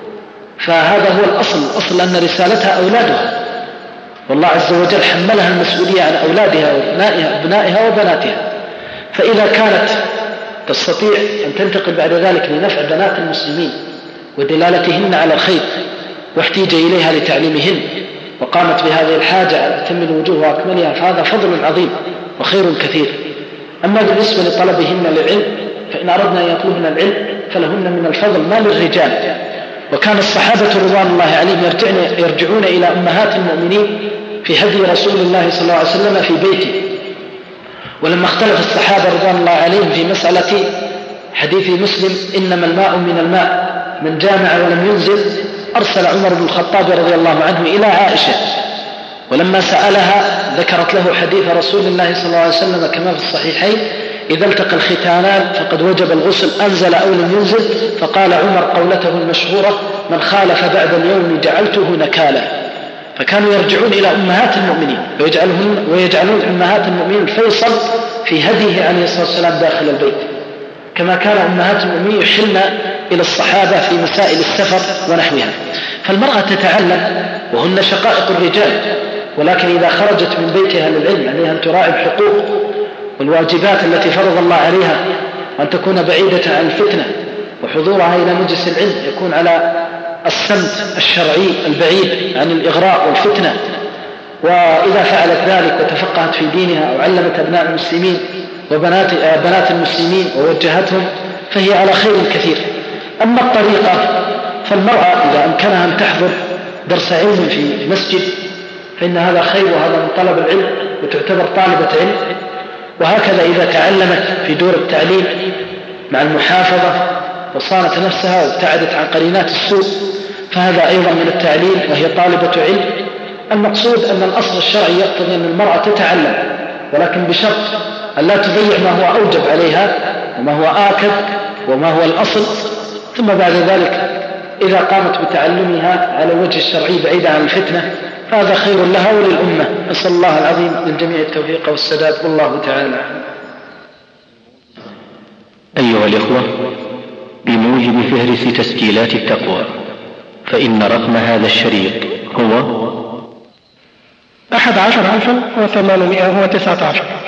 فهذا هو الأصل، الأصل أن رسالتها أولادها، والله عز وجل حملها المسؤولية عن أولادها وابنائها وبناتها. فإذا كانت تستطيع أن تنتقل بعد ذلك لنفع بنات المسلمين ودلالتهن على الخير واحتيج إليها لتعليمهن وقامت بهذه الحاجة على أتم الوجوه وأكملها، فهذا فضل عظيم وخير كثير. أما بالنسبة لطلبهن للعلم فإن أردنا أن يطلبن العلم فلهن من الفضل ما للرجال. وكان الصحابة رضوان الله عليهم يرجعون إلى أمهات المؤمنين في هدي رسول الله صلى الله عليه وسلم في بيته. ولما اختلف الصحابة رضوان الله عليهم في مسألة حديث مسلم إنما الماء من الماء من جامع ولم ينزل، أرسل عمر بن الخطاب رضي الله عنه إلى عائشة، ولما سألها ذكرت له حديث رسول الله صلى الله عليه وسلم كما في الصحيحين: إذا التقى الختانان فقد وجب الغسل أنزل أو لم ينزل. فقال عمر قولته المشهورة: من خالف بعد اليوم جعلته نكالا. فكانوا يرجعون إلى أمهات المؤمنين ويجعلون, ويجعلون أمهات المؤمنين الفيصل في هديه عليه الصلاة والسلام داخل البيت، كما كان أمهات المؤمنين يحلن إلى الصحابة في مسائل السفر ونحوها. فالمرأة تتعلم وهن شقائق الرجال، ولكن إذا خرجت من بيتها للعلم عليها أن تراعي الحقوق والواجبات التي فرض الله عليها، وأن تكون بعيدة عن الفتنة، وحضورها إلى مجلس العلم يكون على السمت الشرعي البعيد عن الإغراء والفتنة. وإذا فعلت ذلك وتفقهت في دينها وعلمت أبناء المسلمين وبنات بنات المسلمين ووجهتهم فهي على خير كثير. أما الطريقة فالمرأة إذا أمكنها أن تحضر درس علم في مسجد فإن هذا خير، وهذا من طلب العلم وتعتبر طالبة علم. وهكذا إذا تعلمت في دور التعليم مع المحافظة وصانت نفسها وابتعدت عن قرينات السوء فهذا أيضا من التعليم وهي طالبة علم. المقصود أن الأصل الشرعي يقتضي أن المرأة تتعلم، ولكن بشرط أن لا تضيع ما هو أوجب عليها وما هو آكد وما هو الأصل، ثم بعد ذلك إذا قامت بتعلمها على وجه الشرعي بعيدا عن الفتنة فهذا خير لها وللأمة. أسأل الله العظيم للجميع التوفيق والسداد، والله تعالى. أيها الإخوة، بموجب فهرس تسجيلات التقوى فإن رقم هذا الشريط هو أحد عشر ألفا وثمانمائة وتسعة عشر.